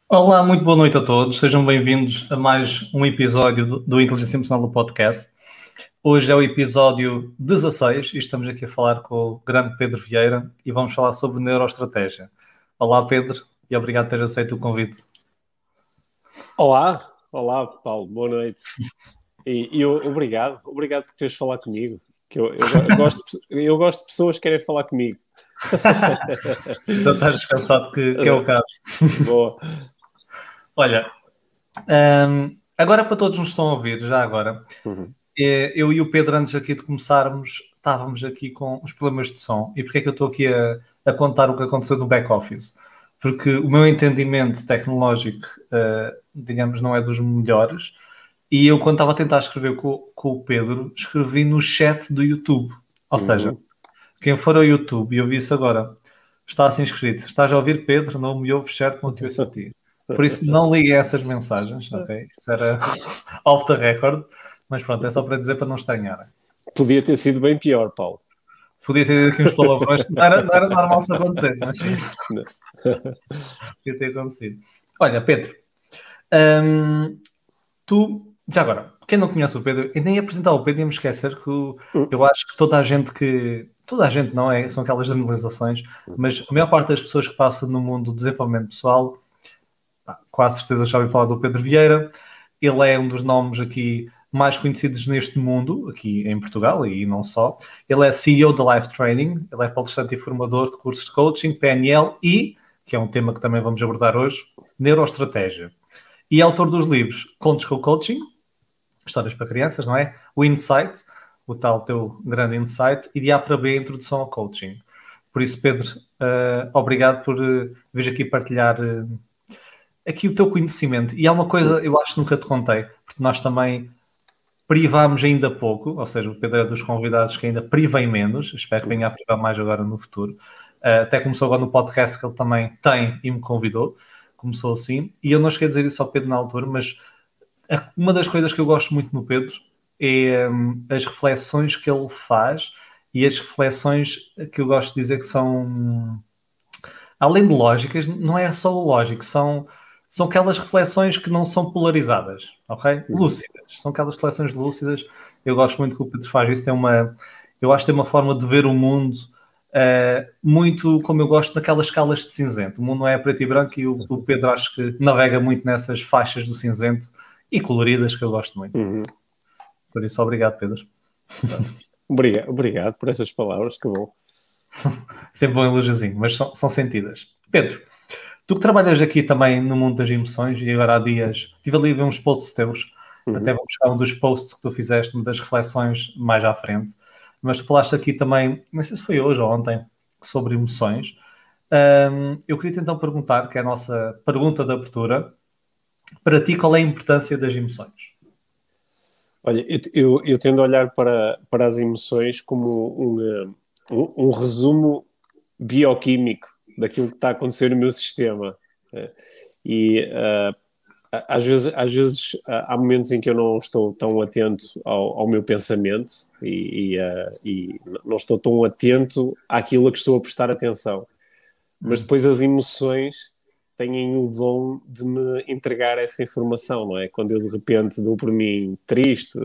Olá, muito boa noite a todos. Sejam bem-vindos a mais um episódio do Inteligência Emocional do Podcast. Hoje é o episódio 16 e estamos aqui a falar com o grande Pedro Vieira e vamos falar sobre neuroestratégia. Olá, Pedro, e obrigado por teres aceito o convite. Olá, Paulo, boa noite. Obrigado por quereres falar comigo. Eu gosto de pessoas que querem falar comigo. Então estás descansado que é o caso. Boa. Olha, agora para todos nos estão a ouvir, já agora, eu e o Pedro, antes aqui de começarmos, estávamos aqui com os problemas de som. E porquê é que eu estou aqui a contar o que aconteceu no back-office? Porque o meu entendimento tecnológico, digamos, não é dos melhores. E eu, quando estava a tentar escrever com o Pedro, escrevi no chat do YouTube. Ou seja, quem for ao YouTube e ouvir isso agora, está assim escrito: estás a ouvir, Pedro? Não me ouves, certo? Não te ouço a ti. Por isso, não liguem essas mensagens, ok? Isso era off the record. Mas pronto, é só para dizer para não estranharem. Podia ter sido bem pior, Paulo. Podia ter aqui uns palavrões. Não era normal se acontecesse, mas podia ter acontecido. Olha, Pedro, tu, já agora, quem não conhece o Pedro, e nem apresentar o Pedro, ia-me esquecer que eu acho que toda a gente não é, são aquelas generalizações, mas a maior parte das pessoas que passam no mundo do desenvolvimento pessoal, quase certeza já ouviu falar do Pedro Vieira. Ele é um dos nomes aqui mais conhecidos neste mundo, aqui em Portugal e não só. Ele é CEO da Life Training, ele é palestrante e formador de cursos de coaching, PNL e, que é um tema que também vamos abordar hoje, neuroestratégia. E é autor dos livros Contos com Coaching, Histórias para Crianças, não é? O Insight, o tal teu grande insight, e de A para B, Introdução ao Coaching. Por isso, Pedro, obrigado por vir aqui partilhar aqui o teu conhecimento. E há uma coisa, eu acho que nunca te contei, porque nós também privámos ainda pouco, ou seja, o Pedro é dos convidados que ainda privem menos, espero que venha a privar mais agora no futuro. Até começou agora no podcast que ele também tem e me convidou, começou assim, e eu não cheguei a dizer isso ao Pedro na altura, mas uma das coisas que eu gosto muito no Pedro é as reflexões que ele faz e as reflexões que eu gosto de dizer que são, além de lógicas, não é só o lógico, são aquelas reflexões que não são polarizadas, ok? Lúcidas. São aquelas reflexões lúcidas. Eu gosto muito que o Pedro faz isso. Eu acho que tem uma forma de ver o mundo muito como eu gosto naquelas escalas de cinzento. O mundo não é preto e branco e o Pedro acho que navega muito nessas faixas do cinzento e coloridas que eu gosto muito. Por isso, obrigado, Pedro. Obrigado por essas palavras, que bom. Sempre um elogiozinho, mas são sentidas. Pedro, tu que trabalhas aqui também no mundo das emoções e agora há dias estive ali a ver uns posts teus, até vou buscar um dos posts que tu fizeste, uma das reflexões mais à frente, mas tu falaste aqui também, não sei se foi hoje ou ontem, sobre emoções. Eu queria-te então perguntar, que é a nossa pergunta de abertura, para ti qual é a importância das emoções? Olha, eu tendo a olhar para as emoções como um resumo bioquímico daquilo que está a acontecer no meu sistema. E às vezes há momentos em que eu não estou tão atento ao meu pensamento e não estou tão atento àquilo a que estou a prestar atenção. Mas depois as emoções têm o dom de me entregar essa informação, não é? Quando eu de repente dou por mim triste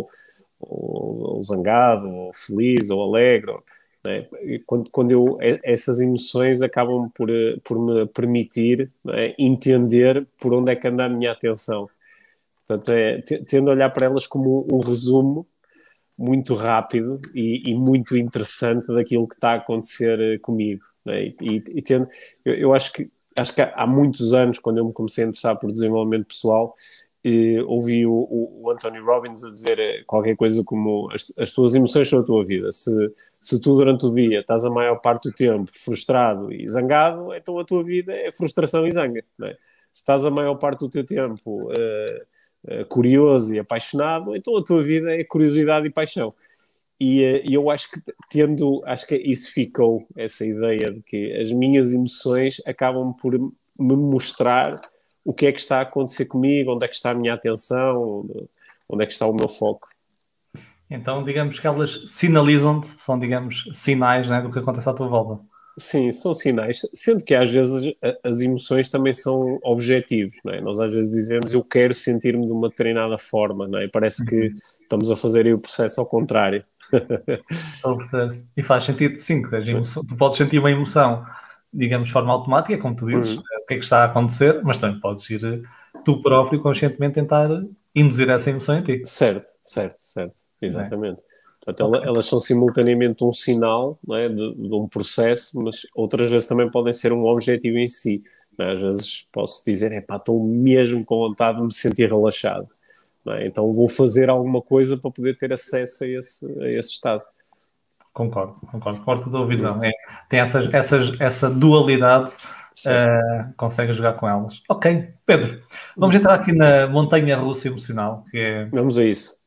ou zangado, ou feliz, ou alegre, não é? Essas emoções acabam por me permitir, não é, entender por onde é que anda a minha atenção. Portanto, tendo a olhar para elas como um resumo muito rápido e muito interessante daquilo que está a acontecer comigo. Né? Eu acho que há muitos anos, quando eu me comecei a interessar por desenvolvimento pessoal, ouvi o Anthony Robbins a dizer qualquer coisa como as tuas emoções são a tua vida. Se tu durante o dia estás a maior parte do tempo frustrado e zangado, então a tua vida é frustração e zanga. Não é? Se estás a maior parte do teu tempo curioso e apaixonado, então a tua vida é curiosidade e paixão. E eu acho que isso ficou, essa ideia de que as minhas emoções acabam por me mostrar o que é que está a acontecer comigo, onde é que está a minha atenção, onde é que está o meu foco. Então, digamos que elas sinalizam-te, são, digamos, sinais, né, do que acontece à tua volta. Sim, são sinais, sendo que às vezes as emoções também são objetivos, não é? Nós às vezes dizemos eu quero sentir-me de uma determinada forma, não é? Parece que estamos a fazer aí o processo ao contrário. Estou a perceber. E faz sentido, sim, que tu podes sentir uma emoção, digamos, de forma automática, como tu dizes, Uhum. o que é que está a acontecer, mas também podes ir tu próprio conscientemente tentar induzir essa emoção em ti. Certo, certo, certo, Né? exatamente. Portanto, Ok, elas são simultaneamente um sinal, não é, de um processo, mas outras vezes também podem ser um objetivo em si. Não é? Às vezes posso dizer, epá, estou mesmo com vontade de me sentir relaxado. Não é? Então vou fazer alguma coisa para poder ter acesso a esse estado. concordo com a tua Hum. visão. Tem essa dualidade, Certo. consegue jogar com elas. Ok, Pedro, vamos entrar aqui na montanha russa emocional, que é. Vamos a isso.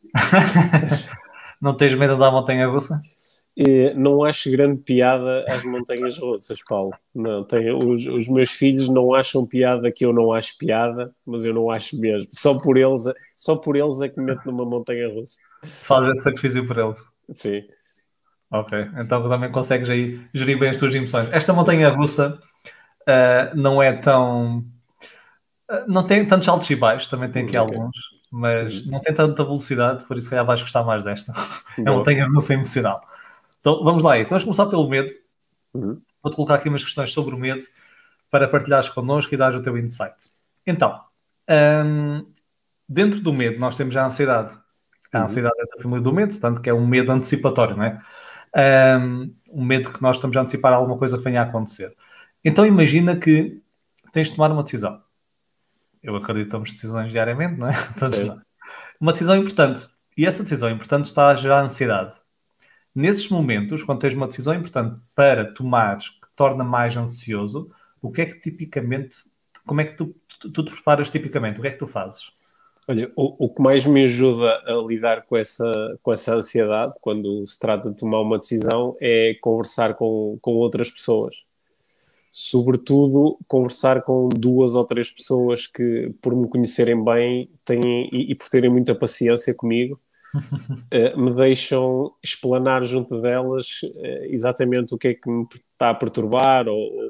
Não tens medo da montanha russa? Não acho grande piada às montanhas russas, Paulo. Não, os meus filhos não acham piada que eu não acho piada, mas eu não acho mesmo. Só por eles é que me meto numa montanha russa. Fazes esse sacrifício por eles. Sim, Ok, então também consegues aí gerir bem as tuas emoções. Esta sim. montanha russa não é tão. Não tem tantos altos e baixos, também tem aqui Ok. alguns, mas Uhum. não tem tanta velocidade, por isso se calhar vais gostar mais desta. É uma Boa. montanha russa emocional. Então vamos lá, a isso. Vamos começar pelo medo. Uhum. Vou-te colocar aqui umas questões sobre o medo para partilhares connosco e dares o teu insight. Então, hum, dentro do medo, nós temos a ansiedade. A Uhum. ansiedade é da família do medo, tanto que é um medo antecipatório, não é? Um medo que nós estamos a antecipar alguma coisa que venha a acontecer. Então imagina que tens de tomar uma decisão. Eu acredito que tomamos decisões diariamente, não é? Todos nós. Certo. Uma decisão importante. E essa decisão importante está a gerar ansiedade. Nesses momentos, quando tens uma decisão importante para tomares que te torna mais ansioso, o que é que tipicamente, como é que tu te preparas tipicamente? O que é que tu fazes? Olha, o que mais me ajuda a lidar com essa ansiedade, quando se trata de tomar uma decisão, é conversar com outras pessoas. Sobretudo conversar com duas ou três pessoas que, por me conhecerem bem e por terem muita paciência comigo, me deixam explanar junto delas exatamente o que é que me está a perturbar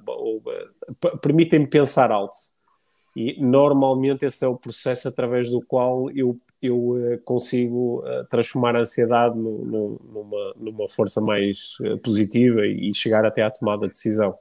ou permitem-me pensar alto. E normalmente esse é o processo através do qual eu consigo transformar a ansiedade numa força mais positiva e chegar até à tomada de decisão.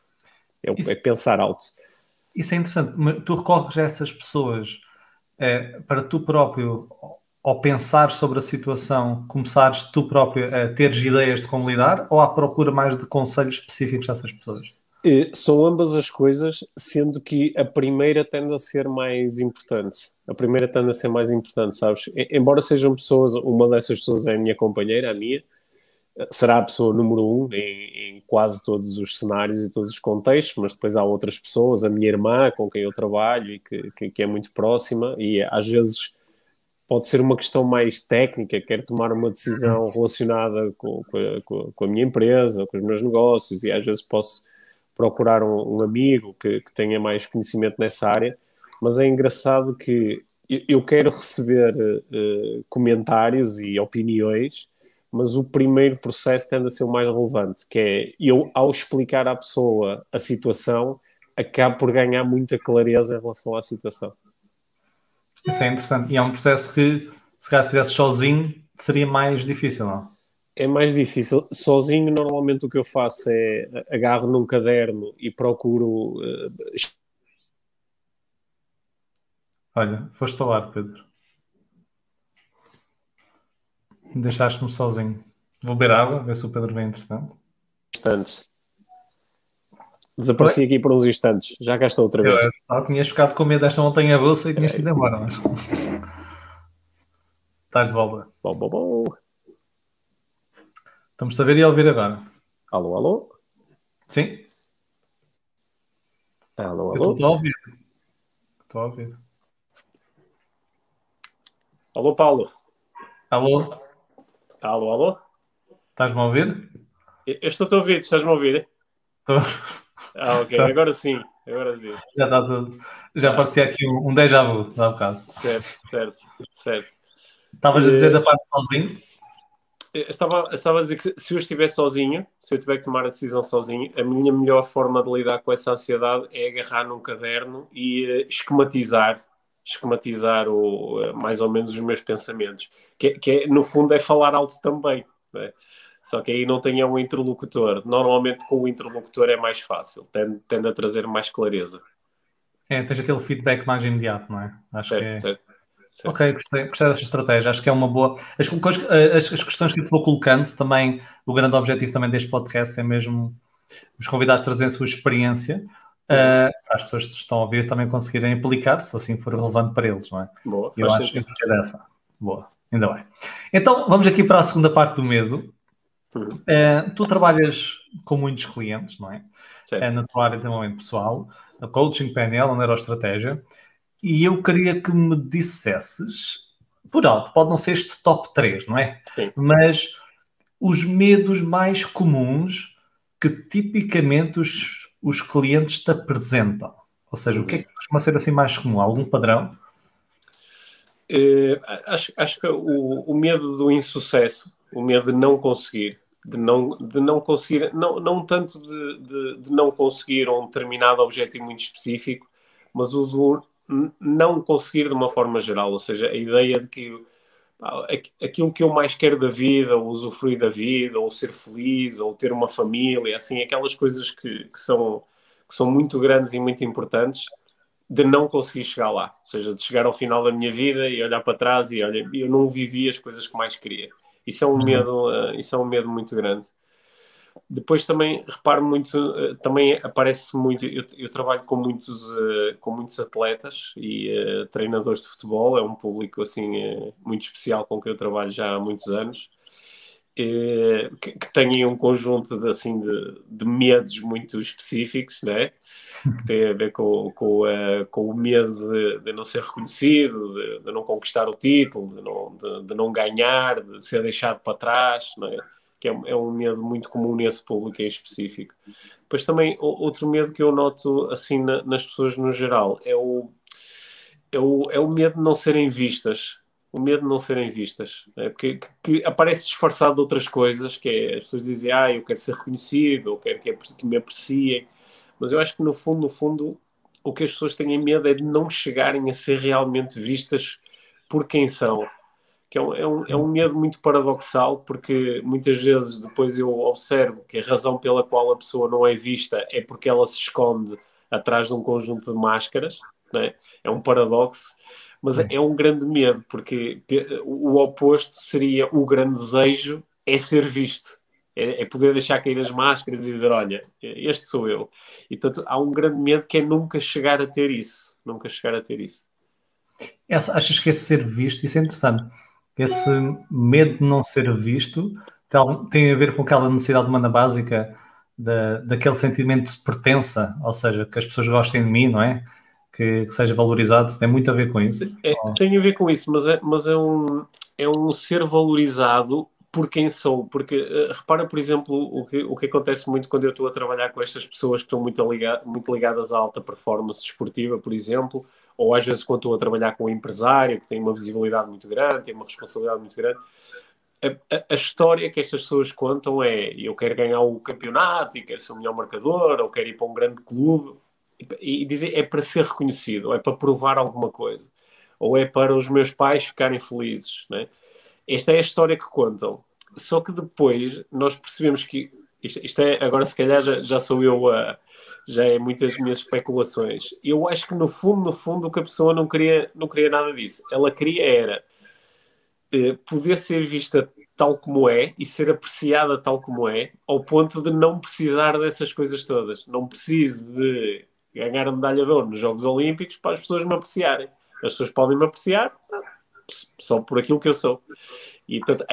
É Isso, pensar alto. isso é interessante. Tu recorres a essas pessoas para tu próprio, ao pensar sobre a situação, começares tu próprio a teres ideias de como lidar ou à procura mais de conselhos específicos dessas pessoas? São ambas as coisas, sendo que a primeira tende a ser mais importante. A primeira tende a ser mais importante, sabes? Embora sejam pessoas, uma dessas pessoas é a minha companheira, a minha, será a pessoa número um em quase todos os cenários e todos os contextos, mas depois há outras pessoas, a minha irmã com quem eu trabalho e que é muito próxima, e às vezes pode ser uma questão mais técnica, quero tomar uma decisão relacionada com a minha empresa, com os meus negócios, e às vezes posso procurar um amigo que tenha mais conhecimento nessa área, mas é engraçado que eu quero receber comentários e opiniões, mas o primeiro processo tende a ser o mais relevante, que é eu, ao explicar à pessoa a situação, acabo por ganhar muita clareza em relação à situação. Isso é interessante. E é um processo que, se calhar, fizesse sozinho, seria mais difícil, não? É mais difícil. Sozinho, normalmente o que eu faço é agarro num caderno e procuro. Olha, foste ao ar, Pedro. Deixaste-me sozinho. Vou beber água, ver se o Pedro vem entretanto. Instantes. Oi? Desapareci aqui por uns instantes. Já cá estou outra Eu vez. só tinhas ficado com medo desta montanha russa e tinhas ido embora, mas estás de volta. Bom, bom, bom. Estamos a ver e a ouvir agora. Alô, alô? Sim? Alô, Eu alô? estou a ouvir. Estou a ouvir. Alô, Paulo? Alô? Alô, alô? Estás-me a ouvir? Eu estou-te a ouvir, estás-me a ouvir? Estou. Ah, ok, agora sim, agora sim. Já está tudo. Já Tá, parecia aqui um déjà vu, há bocado. certo, certo, certo. Estavas a dizer da Eh, parte sozinho? estava a dizer que se eu estiver sozinho, se eu tiver que tomar a decisão sozinho, a minha melhor forma de lidar com essa ansiedade é agarrar num caderno e esquematizar mais ou menos os meus pensamentos. No fundo, é falar alto também, né? Só que aí não tenho um interlocutor. Normalmente com o interlocutor é mais fácil, tende a trazer mais clareza. Tens aquele feedback mais imediato, não é? Acho que Certo, é. certo, certo. Ok, gostei dessa estratégia. Acho que é uma boa. As questões que eu te vou colocando, também, o grande objetivo também deste podcast é mesmo os convidados trazerem a sua experiência, para as pessoas que estão a ouvir também conseguirem aplicar, se assim for relevante para eles, não é? Boa, Eu faz acho que eu sentido. gostei dessa. Boa, ainda bem. Então, vamos aqui para a segunda parte do medo. Tu trabalhas com muitos clientes, não é? Certo. Na tua área de desenvolvimento pessoal, a coaching, PNL, a neuroestratégia, e eu queria que me dissesses, por alto, pode não ser este top 3, não é? Sim. Mas os medos mais comuns que tipicamente os clientes te apresentam. Ou seja, o que é que costuma ser assim mais comum? Algum padrão? Acho que o medo do insucesso, o medo de não conseguir, de não conseguir, não tanto de não conseguir um determinado objetivo muito específico, mas o do não conseguir de uma forma geral, ou seja, a ideia de que aquilo que eu mais quero da vida, ou usufruir da vida, ou ser feliz, ou ter uma família, assim, aquelas coisas que são muito grandes e muito importantes, de não conseguir chegar lá, ou seja, de chegar ao final da minha vida e olhar para trás e olha, eu não vivi as coisas que mais queria. Isso é um medo muito grande. Depois também reparo muito, também aparece muito, eu trabalho com muitos atletas e treinadores de futebol, é um público assim muito especial com quem eu trabalho já há muitos anos, que têm um conjunto assim, de medos muito específicos, né? Que tem a ver com o medo de não ser reconhecido, de não conquistar o título, de não ganhar, de ser deixado para trás, não é? Que é um medo muito comum nesse público em específico. Depois também, outro medo que eu noto assim nas pessoas no geral é o medo de não serem vistas. O medo de não serem vistas. É? Porque que aparece disfarçado de outras coisas, que é as pessoas dizem, eu quero ser reconhecido, ou quero que me apreciem. Mas eu acho que no fundo, o que as pessoas têm medo é de não chegarem a ser realmente vistas por quem são. Que é um medo muito paradoxal, porque muitas vezes depois eu observo que a razão pela qual a pessoa não é vista é porque ela se esconde atrás de um conjunto de máscaras, né? É um paradoxo, mas é um grande medo, porque o oposto seria o grande desejo é ser visto. É poder deixar cair as máscaras e dizer, olha, este sou eu. E, portanto, há um grande medo que é nunca chegar a ter isso. Nunca chegar a ter isso. Achas que esse ser visto, isso é interessante, esse medo de não ser visto tem a ver com aquela necessidade humana básica daquele sentimento de pertença, ou seja, que as pessoas gostem de mim, não é? Que seja valorizado, tem muito a ver com isso? Tem a ver com isso, mas é um ser valorizado por quem sou. Porque repara, por exemplo, o que acontece muito quando eu estou a trabalhar com estas pessoas que estão muito ligadas à alta performance desportiva, por exemplo, ou às vezes quando estou a trabalhar com um empresário que tem uma visibilidade muito grande, tem uma responsabilidade muito grande. A história que estas pessoas contam é: eu quero ganhar o campeonato e quero ser o melhor marcador, ou quero ir para um grande clube, e dizer é para ser reconhecido, ou é para provar alguma coisa, ou é para os meus pais ficarem felizes, né? Esta é a história que contam. Só que depois nós percebemos que isto é, agora se calhar já sou eu já é muitas minhas especulações. Eu acho que no fundo o que a pessoa não queria nada disso. Ela queria era poder ser vista tal como é e ser apreciada tal como é, ao ponto de não precisar dessas coisas todas. Não preciso de ganhar a medalha de ouro nos Jogos Olímpicos para as pessoas me apreciarem. As pessoas podem me apreciar só por aquilo que eu sou. E, portanto,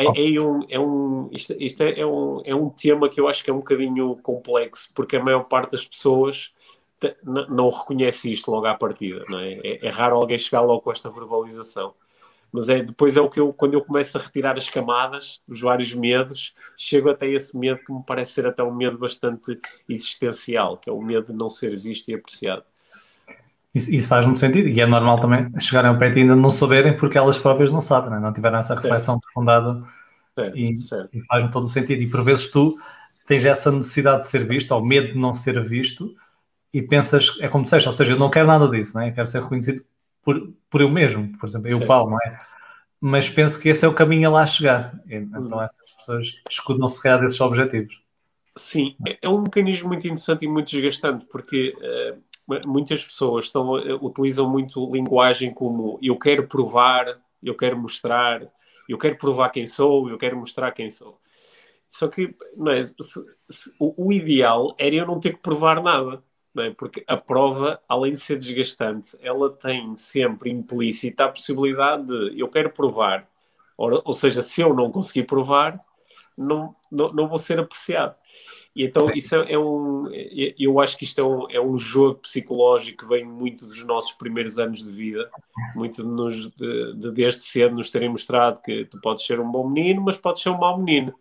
isto é um tema que eu acho que é um bocadinho complexo, porque a maior parte das pessoas não reconhece isto logo à partida. Não é? É raro alguém chegar logo com esta verbalização. Mas depois é o que quando eu começo a retirar as camadas, os vários medos, chego até esse medo que me parece ser até um medo bastante existencial, que é o medo de não ser visto e apreciado. Isso faz muito sentido, e é normal também chegarem ao pé e ainda não saberem porque elas próprias não sabem, não tiveram essa reflexão aprofundada Certo, certo. E faz-me todo o sentido. E por vezes tu tens essa necessidade de ser visto, ou medo de não ser visto, e pensas, é como disseste, ou seja, eu não quero nada disso, não é? Eu quero ser reconhecido por eu mesmo, por exemplo, eu, Certo. Paulo, não é? Mas penso que esse é o caminho a lá chegar. Então Uhum. essas pessoas escudam-se se calhar desses objetivos. Sim, é um mecanismo muito interessante e muito desgastante, porque muitas pessoas utilizam muito linguagem como eu quero provar, eu quero mostrar, eu quero provar quem sou, eu quero mostrar quem sou. Só que não é, o ideal era eu não ter que provar nada, não é? Porque a prova, além de ser desgastante, ela tem sempre implícita a possibilidade de eu quero provar. Ou seja, se eu não conseguir provar, não vou ser apreciado. E então Sim, isso eu acho que isto é um jogo psicológico que vem muito dos nossos primeiros anos de vida, muito desde cedo nos terem mostrado que tu podes ser um bom menino, mas podes ser um mau menino.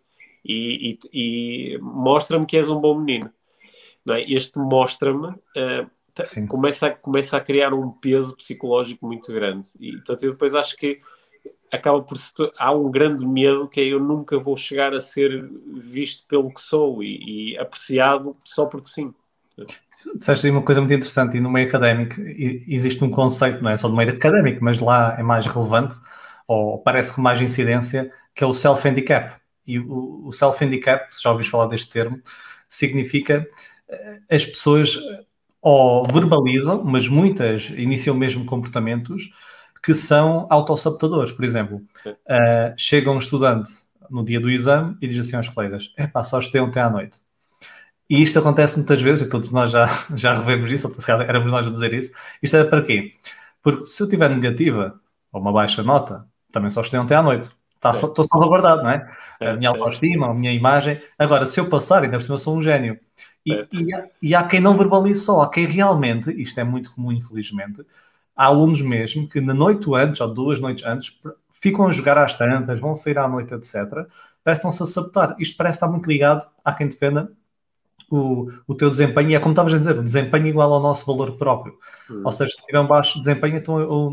E mostra-me que és um bom menino. Não é? Este mostra-me sim. começa a criar um peso psicológico muito grande. E portanto, eu depois acho que acaba por há um grande medo que é eu nunca vou chegar a ser visto pelo que sou e apreciado só porque sim. Disseste aí uma coisa muito interessante, e no meio académico existe um conceito, não é só no meio académico, mas lá é mais relevante, ou parece com mais incidência, que é o self-handicap. E o self-handicap, se já ouviste falar deste termo, significa as pessoas ou verbalizam, mas muitas iniciam mesmo comportamentos que são autossabotadores. Por exemplo, chega um estudante no dia do exame e diz assim aos colegas: epá, só estudei ontem à noite. E isto acontece muitas vezes, e todos nós já revemos isso, ou se calhar éramos nós a dizer isso. Isto é para quê? Porque se eu tiver negativa, ou uma baixa nota, também só estudei ontem à noite. Estou salvaguardado, não é? A Certo, minha certo, autoestima, a minha imagem. Agora, se eu passar, ainda por cima eu sou um gênio. E, certo. e, há, e há quem não verbalize só, há quem realmente, isto é muito comum, infelizmente, há alunos mesmo que na noite antes, ou 2 noites antes, ficam a jogar às tantas, vão sair à noite, etc. Prestam-se a sabotar. Isto parece estar muito ligado a quem defenda o teu desempenho, e é como estavas a dizer, o desempenho igual ao nosso valor próprio. Ou seja, se tiver um baixo desempenho, então eu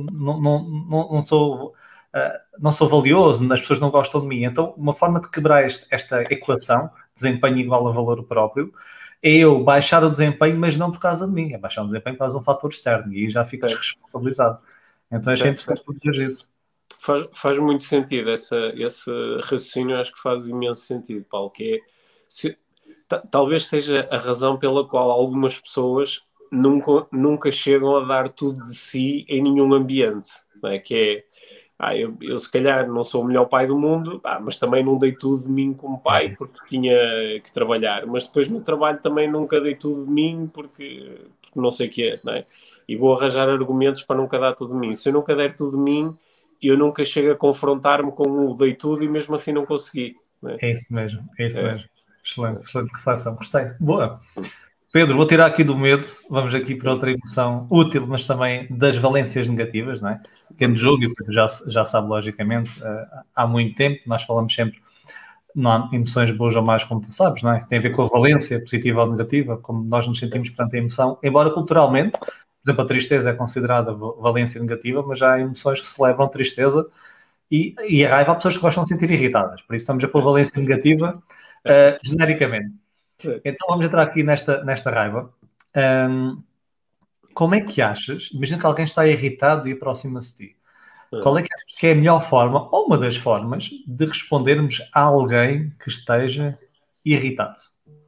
não sou valioso, as pessoas não gostam de mim. Então, uma forma de quebrar esta equação, desempenho igual a valor próprio, é eu baixar o desempenho, mas não por causa de mim, é baixar o desempenho por causa de um fator externo, e aí já fico Certo, desresponsabilizado. Então, achei certo, interessante certo. tu dizer isso. Faz muito sentido esse raciocínio, acho que faz imenso sentido, Paulo, que é talvez seja a razão pela qual algumas pessoas nunca chegam a dar tudo de si em nenhum ambiente, não é? Que é, eu se calhar não sou o melhor pai do mundo, mas também não dei tudo de mim como É pai isso. porque tinha que trabalhar, mas depois no trabalho também nunca dei tudo de mim porque não sei o que é, não é? E vou arranjar argumentos para nunca dar tudo de mim. Se eu nunca der tudo de mim, eu nunca chego a confrontar-me com o dei tudo e mesmo assim não consegui. Não é? É isso mesmo, é isso É, mesmo. Excelente, excelente reflexão. Gostei. Boa. Pedro, vou tirar aqui do medo, vamos aqui para outra emoção útil, mas também das valências negativas, não é? Que vamos de a jogo, e isso. o Pedro já sabe, logicamente, há muito tempo, nós falamos sempre, não há emoções boas ou más, como tu sabes, não é? Tem a ver com a valência, positiva ou negativa, como nós nos sentimos perante a emoção, embora culturalmente, por exemplo, a tristeza é considerada valência negativa, mas já há emoções que celebram tristeza e a raiva há pessoas que gostam de se sentir irritadas, por isso estamos a pôr valência negativa genericamente. Então vamos entrar aqui nesta raiva. Um, como é que achas? Imagina que alguém está irritado e aproxima-se de ti. Qual é que achas que é a melhor forma, ou uma das formas, de respondermos a alguém que esteja irritado?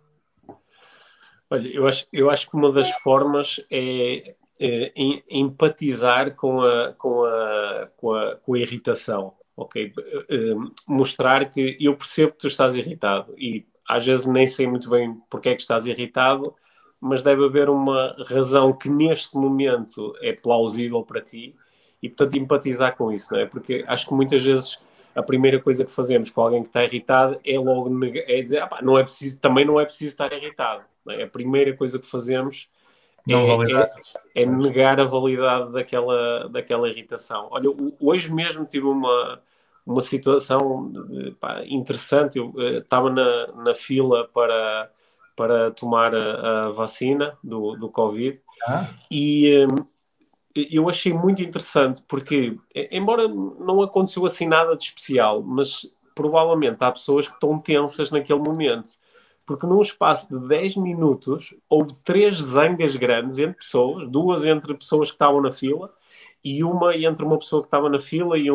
Olha, eu acho que uma das formas é empatizar com a irritação, ok? Mostrar que eu percebo que tu estás irritado e às vezes nem sei muito bem porque é que estás irritado, mas deve haver uma razão que neste momento é plausível para ti e, portanto, empatizar com isso, não é? Porque acho que muitas vezes a primeira coisa que fazemos com alguém que está irritado é logo dizer, não é preciso, também não é preciso estar irritado. Não é? A primeira coisa que fazemos Não é, validar. é, é negar a validade daquela irritação. Olha, hoje mesmo tive uma situação interessante. Eu estava na fila para tomar a vacina do Covid Ah, e eu achei muito interessante porque, embora não aconteceu assim nada de especial, mas provavelmente há pessoas que estão tensas naquele momento. Porque num espaço de 10 minutos houve 3 zangas grandes entre pessoas, 2 entre pessoas que estavam na fila e uma entre uma pessoa que estava na fila e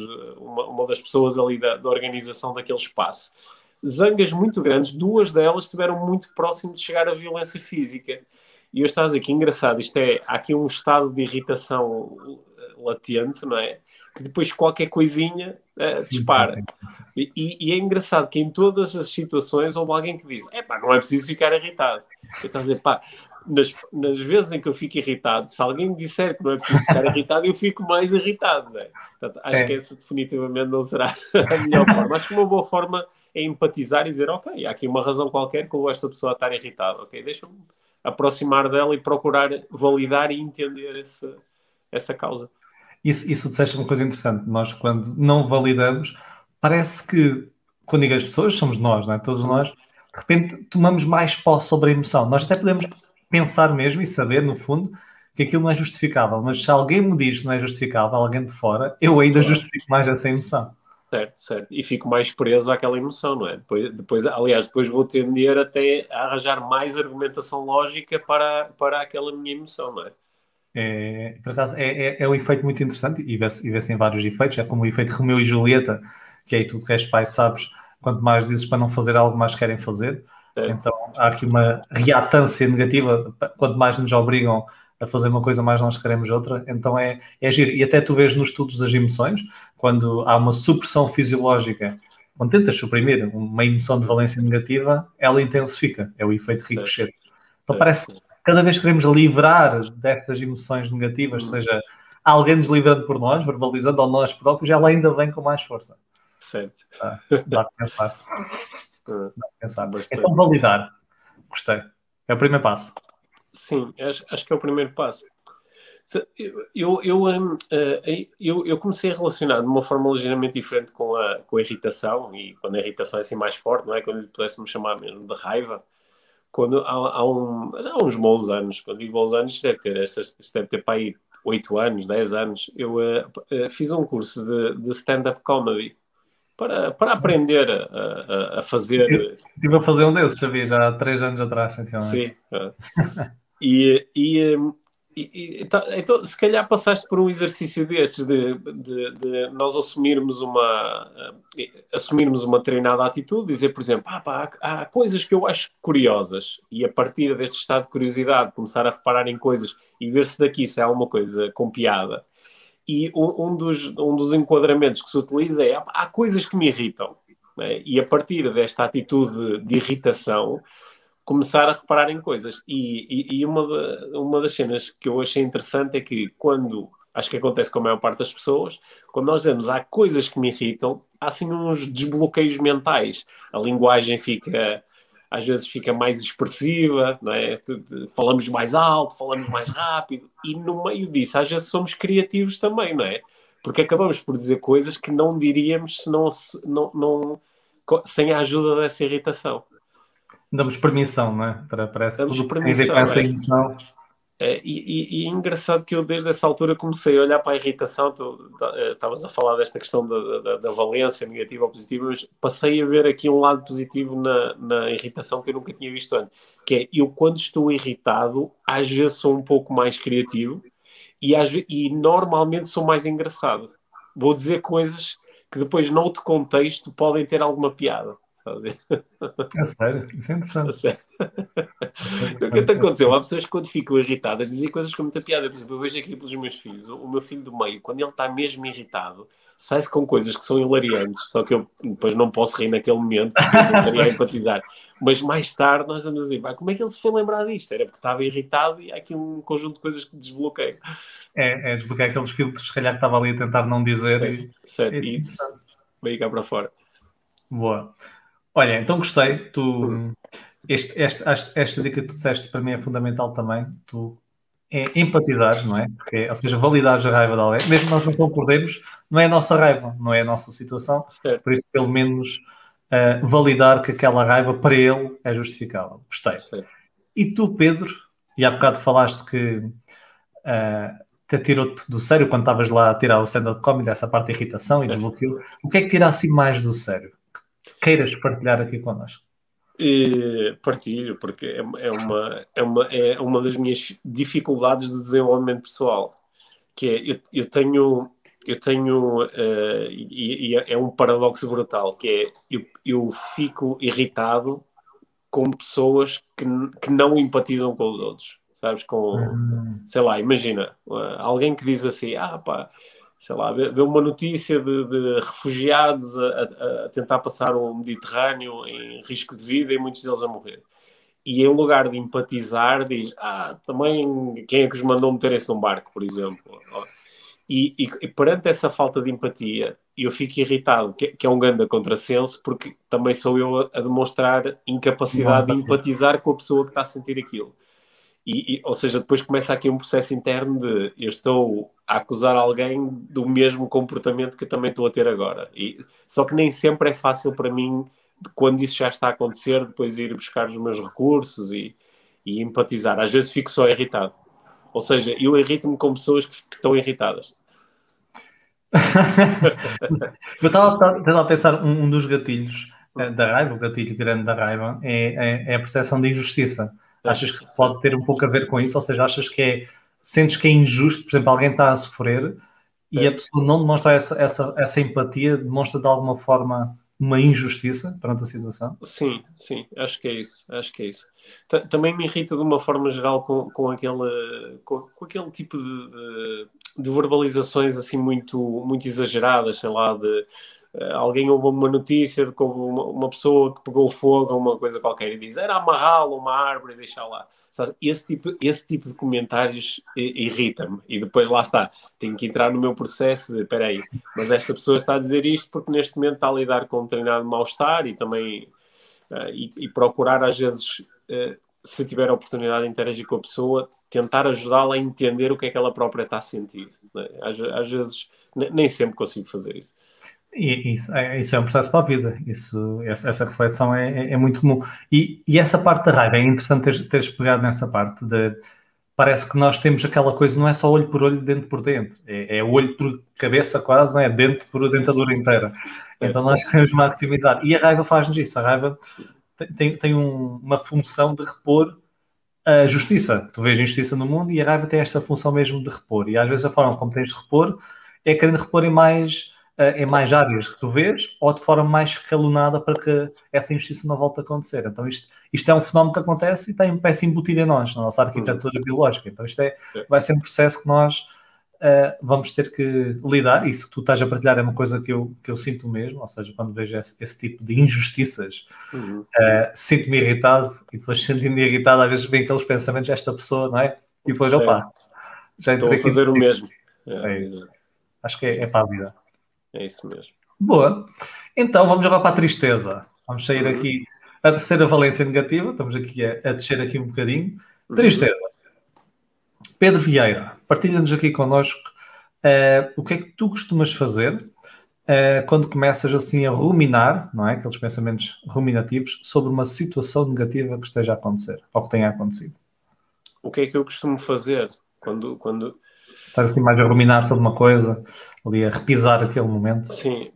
uma das pessoas ali da organização daquele espaço. Zangas muito grandes, 2 delas estiveram muito próximo de chegar à violência física. E eu estava a dizer que engraçado, há aqui um estado de irritação latente, não é? Que depois qualquer coisinha dispara. Sim. E é engraçado que em todas as situações houve alguém que diz, não é preciso ficar irritado. Eu estou a dizer, nas vezes em que eu fico irritado, se alguém me disser que não é preciso ficar irritado, eu fico mais irritado, não é? Portanto, acho que essa definitivamente não será a melhor forma. Acho que uma boa forma é empatizar e dizer, ok, há aqui uma razão qualquer que levou esta pessoa a estar irritada, ok, deixa-me aproximar dela e procurar validar e entender essa causa. Isso disseste uma coisa interessante. Nós, quando não validamos, parece que, quando digo as pessoas, somos nós, não é? Todos nós, de repente, tomamos mais posse sobre a emoção. Nós até podemos pensar mesmo e saber, no fundo, que aquilo não é justificável. Mas se alguém me diz que não é justificável, alguém de fora, eu ainda justifico mais essa emoção. Certo. E fico mais preso àquela emoção, não é? Depois vou tender até a arranjar mais argumentação lógica para aquela minha emoção, não é? Por acaso, é um efeito muito interessante e vê-se em vários efeitos. É como o efeito Romeu e Julieta, que aí tu de resto, pai, sabes, quanto mais dizes para não fazer algo, mais querem fazer. Certo. Então há aqui uma reatância negativa, quanto mais nos obrigam a fazer uma coisa, mais nós queremos outra. Então é giro. E até tu vês nos estudos das emoções, quando há uma supressão fisiológica, quando tentas suprimir uma emoção de valência negativa, ela intensifica. É o efeito ricochete. Então parece que cada vez que queremos livrar destas emoções negativas, seja alguém nos livrando por nós, verbalizando, ou nós próprios, ela ainda vem com mais força. Certo. Dá para pensar. Então, validar. Gostei. É o primeiro passo. Sim, acho que é o primeiro passo. Eu comecei a relacionar de uma forma ligeiramente diferente com a irritação, e quando a irritação é assim mais forte, não é? Quando lhe pudéssemos chamar mesmo de raiva. Quando há uns bons anos, quando digo bons anos, isto deve ter para aí 8 anos, 10 anos, eu fiz um curso de stand-up comedy para aprender a fazer... Estive a fazer um desses, sabia, já há 3 anos atrás, Sim. Então, se calhar passaste por um exercício destes de nós assumirmos uma treinada atitude, dizer, por exemplo, há coisas que eu acho curiosas, e a partir deste estado de curiosidade começar a reparar em coisas e ver se daqui se há alguma coisa com piada. E um dos enquadramentos que se utiliza é, há coisas que me irritam, né? E a partir desta atitude de irritação começar a reparar em coisas. E uma das cenas que eu achei interessante é que acho que acontece com a maior parte das pessoas, quando nós dizemos há coisas que me irritam, há assim uns desbloqueios mentais. A linguagem às vezes fica mais expressiva, não é? Falamos mais alto, falamos mais rápido, e no meio disso às vezes somos criativos também, não é? Porque acabamos por dizer coisas que não diríamos sem a ajuda dessa irritação. Damos permissão, não é? Parece tudo que tem a ver com essa emoção. E é engraçado que eu desde essa altura comecei a olhar para a irritação. Estavas a falar desta questão da valência negativa ou positiva, mas passei a ver aqui um lado positivo na irritação que eu nunca tinha visto antes, que é, eu quando estou irritado às vezes sou um pouco mais criativo e normalmente sou mais engraçado. Vou dizer coisas que depois noutro contexto podem ter alguma piada. É sério, isso é interessante. O que aconteceu? Há pessoas que quando ficam irritadas dizem coisas com muita piada. Por exemplo, eu vejo aqui pelos meus filhos, o meu filho do meio, quando ele está mesmo irritado, sai-se com coisas que são hilariantes, só que eu depois não posso rir naquele momento porque eu estaria a empatizar. Mas mais tarde nós vamos dizer, como é que ele se foi lembrar disto? Era porque estava irritado e há aqui um conjunto de coisas que desbloqueio. Desbloquear aqueles filtros, se calhar que estava ali a tentar não dizer. Certo. E isso veio cá para fora. Boa. Olha, então gostei. Esta dica que tu disseste para mim é fundamental também. Tu empatizar, não é? Ou seja, validar a raiva de alguém. Mesmo nós não concordemos, não é a nossa raiva, não é a nossa situação. Certo. Por isso, pelo menos, validar que aquela raiva para ele é justificável. Gostei. Certo. E tu, Pedro, e há bocado falaste que até tirou-te do sério quando estavas lá a tirar o stand-up comedy, essa parte de irritação e desbloqueio. O que é que tira assim mais do sério? Queiras partilhar aqui connosco? Partilho, porque é uma das minhas dificuldades de desenvolvimento pessoal, que é, e é um paradoxo brutal, que é, eu fico irritado com pessoas que não empatizam com os outros, sabes, sei lá, imagina, alguém que diz assim, pá, sei lá, vê uma notícia de refugiados a tentar passar o Mediterrâneo em risco de vida e muitos deles a morrer. E em lugar de empatizar, diz, também quem é que os mandou meterem-se num barco, por exemplo? E perante essa falta de empatia, eu fico irritado, que é um grande contrassenso, porque também sou eu a demonstrar incapacidade de empatizar com a pessoa que está a sentir aquilo. Ou seja, depois começa aqui um processo interno de eu estou a acusar alguém do mesmo comportamento que eu também estou a ter agora. Só que nem sempre é fácil para mim, quando isso já está a acontecer, depois ir buscar os meus recursos e empatizar. Às vezes fico só irritado. Ou seja, eu irrito-me com pessoas que estão irritadas. Eu estava a pensar, um dos gatilhos da raiva, o gatilho grande da raiva, é a percepção de injustiça. Achas que pode ter um pouco a ver com isso? Ou seja, achas que sentes que é injusto, por exemplo, alguém está a sofrer e a pessoa não demonstra essa empatia, demonstra de alguma forma uma injustiça perante a situação? Sim, acho que é isso, Também me irrita de uma forma geral com aquele tipo de verbalizações assim muito exageradas, sei lá, alguém ouve uma notícia de como uma pessoa que pegou fogo ou uma coisa qualquer e diz era amarrá-lo a uma árvore e deixá-lo lá. Sabe? Esse tipo de comentários irrita-me. E depois lá está, tenho que entrar no meu processo de, espera aí, mas esta pessoa está a dizer isto porque neste momento está a lidar com um determinado mal-estar e também e procurar às vezes, se tiver a oportunidade de interagir com a pessoa, tentar ajudá-la a entender o que é que ela própria está a sentir. Né? Às vezes, nem sempre consigo fazer isso. E isso é um processo para a vida. Essa reflexão é muito comum. E essa parte da raiva, é interessante teres pegado nessa parte de parece que nós temos aquela coisa, não é só olho por olho, dente por dente. É olho por cabeça quase, não é? Dente por dentadura inteira. Então nós queremos maximizar. E a raiva faz-nos isso. A raiva tem uma função de repor a justiça. Tu vês injustiça no mundo e a raiva tem esta função mesmo de repor. E às vezes a forma como tens de repor é querendo repor em mais áreas que tu vês ou de forma mais escalonada para que essa injustiça não volte a acontecer. Então isto é um fenómeno que acontece e tem peça embutida em nós, na nossa arquitetura biológica. Então isto vai ser um processo que nós vamos ter que lidar. Isso que tu estás a partilhar é uma coisa que eu sinto mesmo, ou seja, quando vejo esse tipo de injustiças, sinto-me irritado e depois sentindo-me irritado às vezes vem aqueles pensamentos desta pessoa, não é? E depois, já estou a fazer o mesmo. Acho que é para a vida. É isso mesmo. Boa. Então vamos agora para a tristeza. Vamos sair aqui a terceira valência negativa. Estamos aqui a descer aqui um bocadinho. Tristeza. Pedro Vieira, partilha-nos aqui connosco o que é que tu costumas fazer quando começas assim a ruminar, não é? Aqueles pensamentos ruminativos sobre uma situação negativa que esteja a acontecer ou que tenha acontecido. O que é que eu costumo fazer quando... Estás assim mais a ruminar sobre uma coisa, ali a repisar aquele momento? Sim,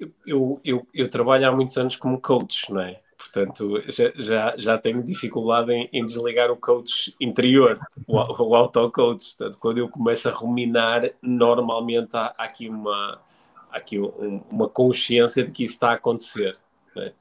eu trabalho há muitos anos como coach, não é? Portanto, já tenho dificuldade em desligar o coach interior, o auto-coach. Portanto, quando eu começo a ruminar, normalmente há aqui uma consciência de que isso está a acontecer. Não é?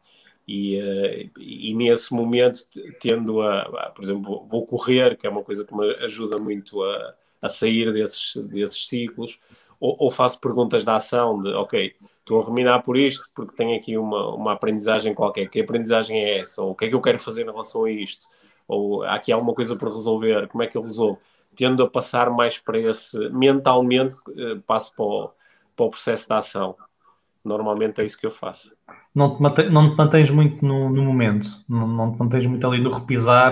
E nesse momento tendo por exemplo, vou correr, que é uma coisa que me ajuda muito a sair desses ciclos, ou faço perguntas de ação, de ok, estou a ruminar por isto porque tenho aqui uma aprendizagem qualquer, que aprendizagem é essa? Ou o que é que eu quero fazer em relação a isto? Ou aqui há alguma coisa por resolver, como é que eu resolvo? Tendo a passar mais para mentalmente, passo para o processo de ação. Normalmente é isso que eu faço. Não te mantens muito no momento? Não te mantens muito ali no repisar?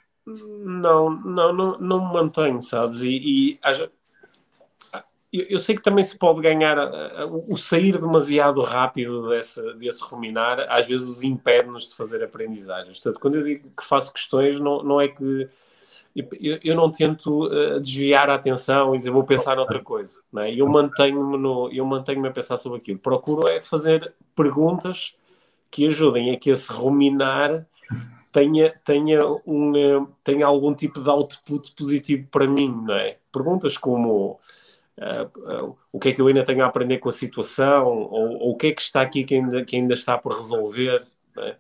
Não me mantenho, sabes? Eu sei que também se pode ganhar o sair demasiado rápido desse ruminar, às vezes os impede-nos de fazer aprendizagens. Portanto, quando eu digo que faço questões, não é que eu não tento desviar a atenção e dizer vou pensar noutra coisa, não é? Eu mantenho-me a pensar sobre aquilo. Procuro é fazer perguntas que ajudem a que esse ruminar tenha algum tipo de output positivo para mim, não é? Perguntas como o que é que eu ainda tenho a aprender com a situação, ou o que é que está aqui que ainda está por resolver, não é?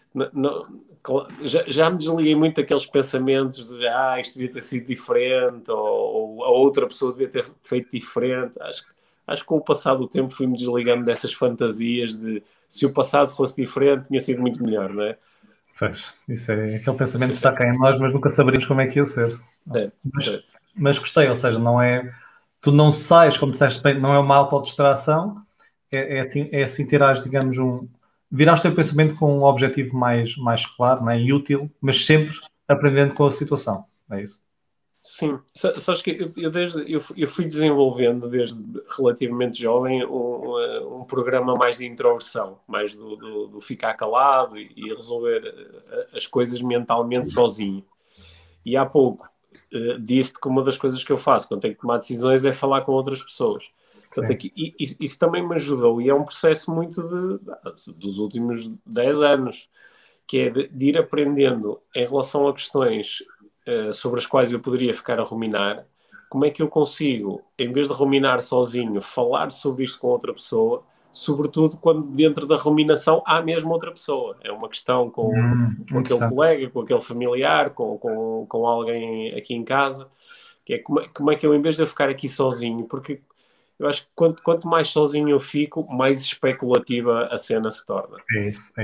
Já me desliguei muito daqueles pensamentos de isto devia ter sido diferente, ou a outra pessoa devia ter feito diferente. Acho que com o passar do tempo fui-me desligando dessas fantasias de se o passado fosse diferente tinha sido muito melhor, não é? Pois, isso é aquele pensamento que está cá em nós, mas nunca saberíamos como é que ia ser. Certo. Mas gostei, ou seja, não é. Tu não sais, como disseste bem, não é uma autodistração, é assim terás, digamos, viraste o teu pensamento com um objetivo mais claro, né, e útil, mas sempre aprendendo com a situação, é isso? Sim, sabes que eu fui desenvolvendo desde relativamente jovem um programa mais de introversão, mais do ficar calado e resolver as coisas mentalmente sozinho. E há pouco disse-te que uma das coisas que eu faço quando tenho que tomar decisões é falar com outras pessoas. Portanto, aqui, isso também me ajudou e é um processo muito dos últimos 10 anos, que é de ir aprendendo em relação a questões sobre as quais eu poderia ficar a ruminar, como é que eu consigo, em vez de ruminar sozinho, falar sobre isto com outra pessoa, sobretudo quando dentro da ruminação há mesmo outra pessoa. É uma questão com aquele colega, com aquele familiar, com alguém aqui em casa, que é como é que eu, em vez de eu ficar aqui sozinho, porque eu acho que quanto mais sozinho eu fico, mais especulativa a cena se torna. É isso.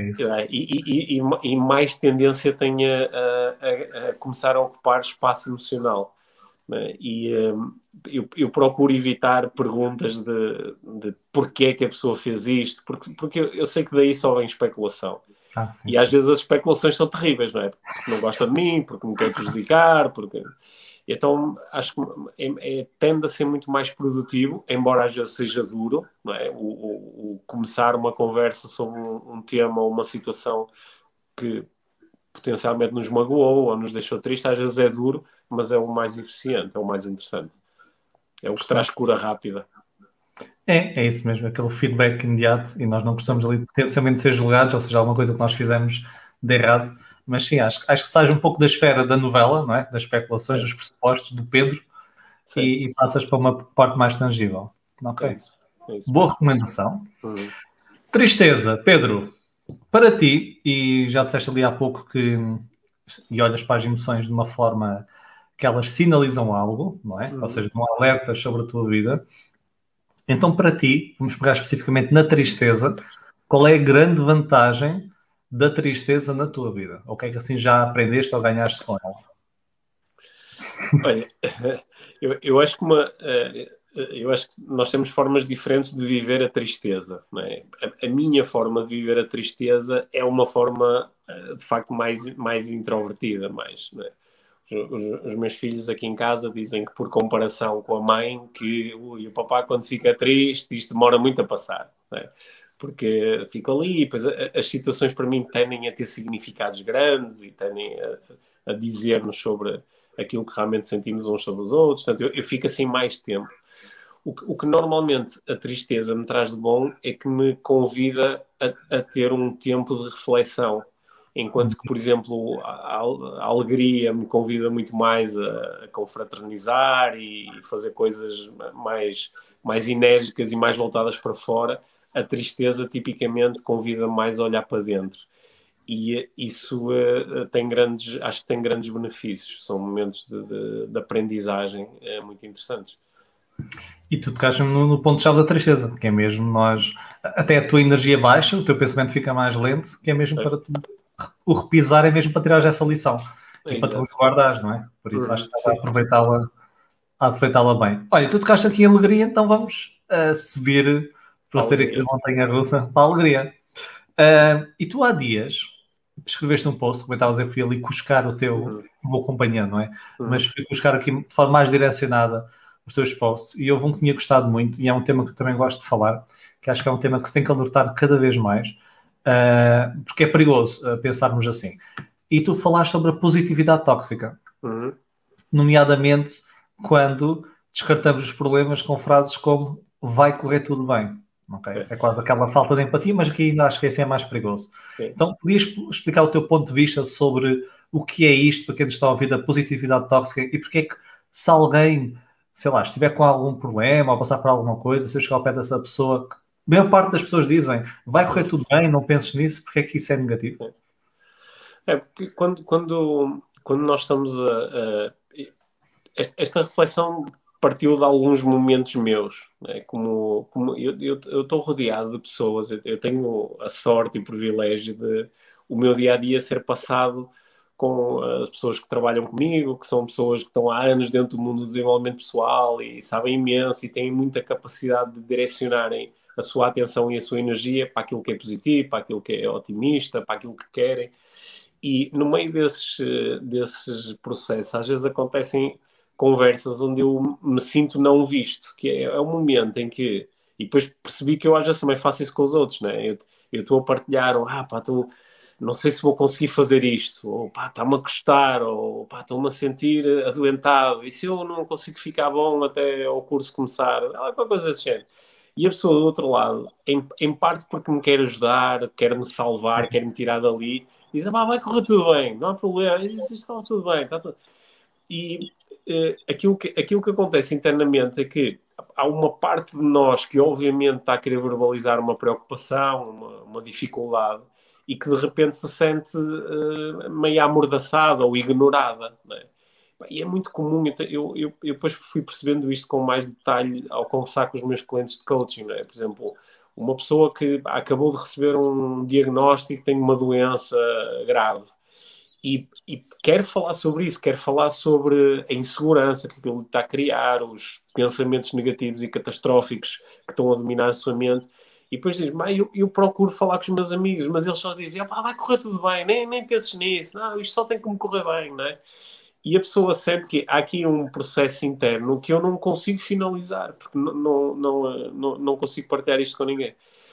E mais tendência tem a começar a ocupar espaço emocional. Né? E eu procuro evitar perguntas de porquê é que a pessoa fez isto, porque eu sei que daí só vem especulação. Sim, e às vezes as especulações são terríveis, não é? Porque não gosta de mim, porque me quer prejudicar, porque... Então, acho que tende a ser muito mais produtivo, embora às vezes seja duro, não é? O começar uma conversa sobre um tema ou uma situação que potencialmente nos magoou ou nos deixou triste, às vezes é duro, mas é o mais eficiente, é o mais interessante. É o que traz cura rápida. É isso mesmo, aquele feedback imediato, e nós não gostamos ali potencialmente de ser julgados, ou seja, alguma coisa que nós fizemos de errado, mas sim, acho que sai um pouco da esfera da novela, não é? Das especulações, dos pressupostos do Pedro, e passas para uma parte mais tangível. Ok. É isso Boa recomendação. Tristeza, Pedro, para ti, e já disseste ali há pouco e olhas para as emoções de uma forma que elas sinalizam algo, não é? Ou seja, não alertas sobre a tua vida. Então, para ti, vamos pegar especificamente na tristeza, qual é a grande vantagem da tristeza na tua vida? O que é que assim já aprendeste ou ganhaste com ela? Olha, eu acho que eu acho que nós temos formas diferentes de viver a tristeza. Não é? A minha forma de viver a tristeza é uma forma, de facto, mais introvertida. Não é? Os meus filhos aqui em casa dizem que, por comparação com a mãe, que o papá, quando fica triste, isto demora muito a passar. Não é? Porque fico ali, pois as situações para mim tendem a ter significados grandes e tendem a dizer-nos sobre aquilo que realmente sentimos uns sobre os outros. Portanto, eu fico assim mais tempo. O que normalmente a tristeza me traz de bom é que me convida a ter um tempo de reflexão. Enquanto que, por exemplo, a alegria me convida muito mais a confraternizar e fazer coisas mais enérgicas e mais voltadas para fora, a tristeza tipicamente convida mais a olhar para dentro. E isso acho que tem grandes benefícios. São momentos de aprendizagem muito interessantes. E tu tocaste no ponto-chave da tristeza, que é mesmo até a tua energia baixa, o teu pensamento fica mais lento, que é mesmo para tu, o repisar é mesmo para tirar essa lição e para tu guardares, não é? Por isso acho que estás a aproveitá-la bem. Olha, tu tocaste aqui em alegria, então vamos subir para ser aqui da montanha-russa para a alegria. E tu há dias escreveste um post, comentavas, eu fui ali cuscar o teu, vou acompanhando, não é? Mas fui cuscar aqui de forma mais direcionada os teus posts, e houve um que tinha gostado muito, e é um tema que eu também gosto de falar, que acho que é um tema que se tem que alertar cada vez mais, porque é perigoso pensarmos assim. E tu falaste sobre a positividade tóxica. nomeadamente quando descartamos os problemas com frases como vai correr tudo bem. Okay? É quase aquela falta de empatia, mas aqui ainda acho que esse é mais perigoso. Sim. Então, podias explicar o teu ponto de vista sobre o que é isto, para quem nos está a ouvir, da positividade tóxica, e porque é que se alguém, sei lá, estiver com algum problema ou passar por alguma coisa, se eu chegar ao pé dessa pessoa, a maior parte das pessoas dizem vai correr tudo bem, não penses nisso, porque é que isso é negativo? Porque quando nós estamos esta reflexão partiu de alguns momentos meus, né? Como eu estou rodeado de pessoas, eu tenho a sorte e o privilégio de o meu dia a dia ser passado com as pessoas que trabalham comigo, que são pessoas que estão há anos dentro do mundo do desenvolvimento pessoal e sabem imenso e têm muita capacidade de direcionarem a sua atenção e a sua energia para aquilo que é positivo, para aquilo que é otimista, para aquilo que querem. E no meio desses processos, às vezes acontecem conversas onde eu me sinto não visto, que é o momento em que. E depois percebi que eu às vezes também faço isso com os outros, né? Eu estou a partilhar, ou, pá, não sei se vou conseguir fazer isto, ou pá, está-me a custar, ou pá, estou-me a sentir adoentado, e se eu não consigo ficar bom até ao curso começar, alguma coisa desse género. E a pessoa do outro lado, em parte porque me quer ajudar, quer me salvar, quer me tirar dali, diz, vai correr tudo bem, não há problema, isto corre tudo bem. Está tudo... E aquilo que acontece internamente é que há uma parte de nós que obviamente está a querer verbalizar uma preocupação, uma dificuldade, e que de repente se sente meio amordaçada ou ignorada, não é? E é muito comum, eu depois fui percebendo isto com mais detalhe ao conversar com os meus clientes de coaching, não é? Por exemplo, uma pessoa que acabou de receber um diagnóstico, tem uma doença grave e quer falar sobre isso, quer falar sobre a insegurança que aquilo está a criar, os pensamentos negativos e catastróficos que estão a dominar a sua mente. E depois diz, eu procuro falar com os meus amigos, mas eles só dizem, vai correr tudo bem, nem penses nisso, não, isto só tem que me correr bem, não é? E a pessoa sente que há aqui um processo interno que eu não consigo finalizar, porque não consigo partilhar isto com ninguém.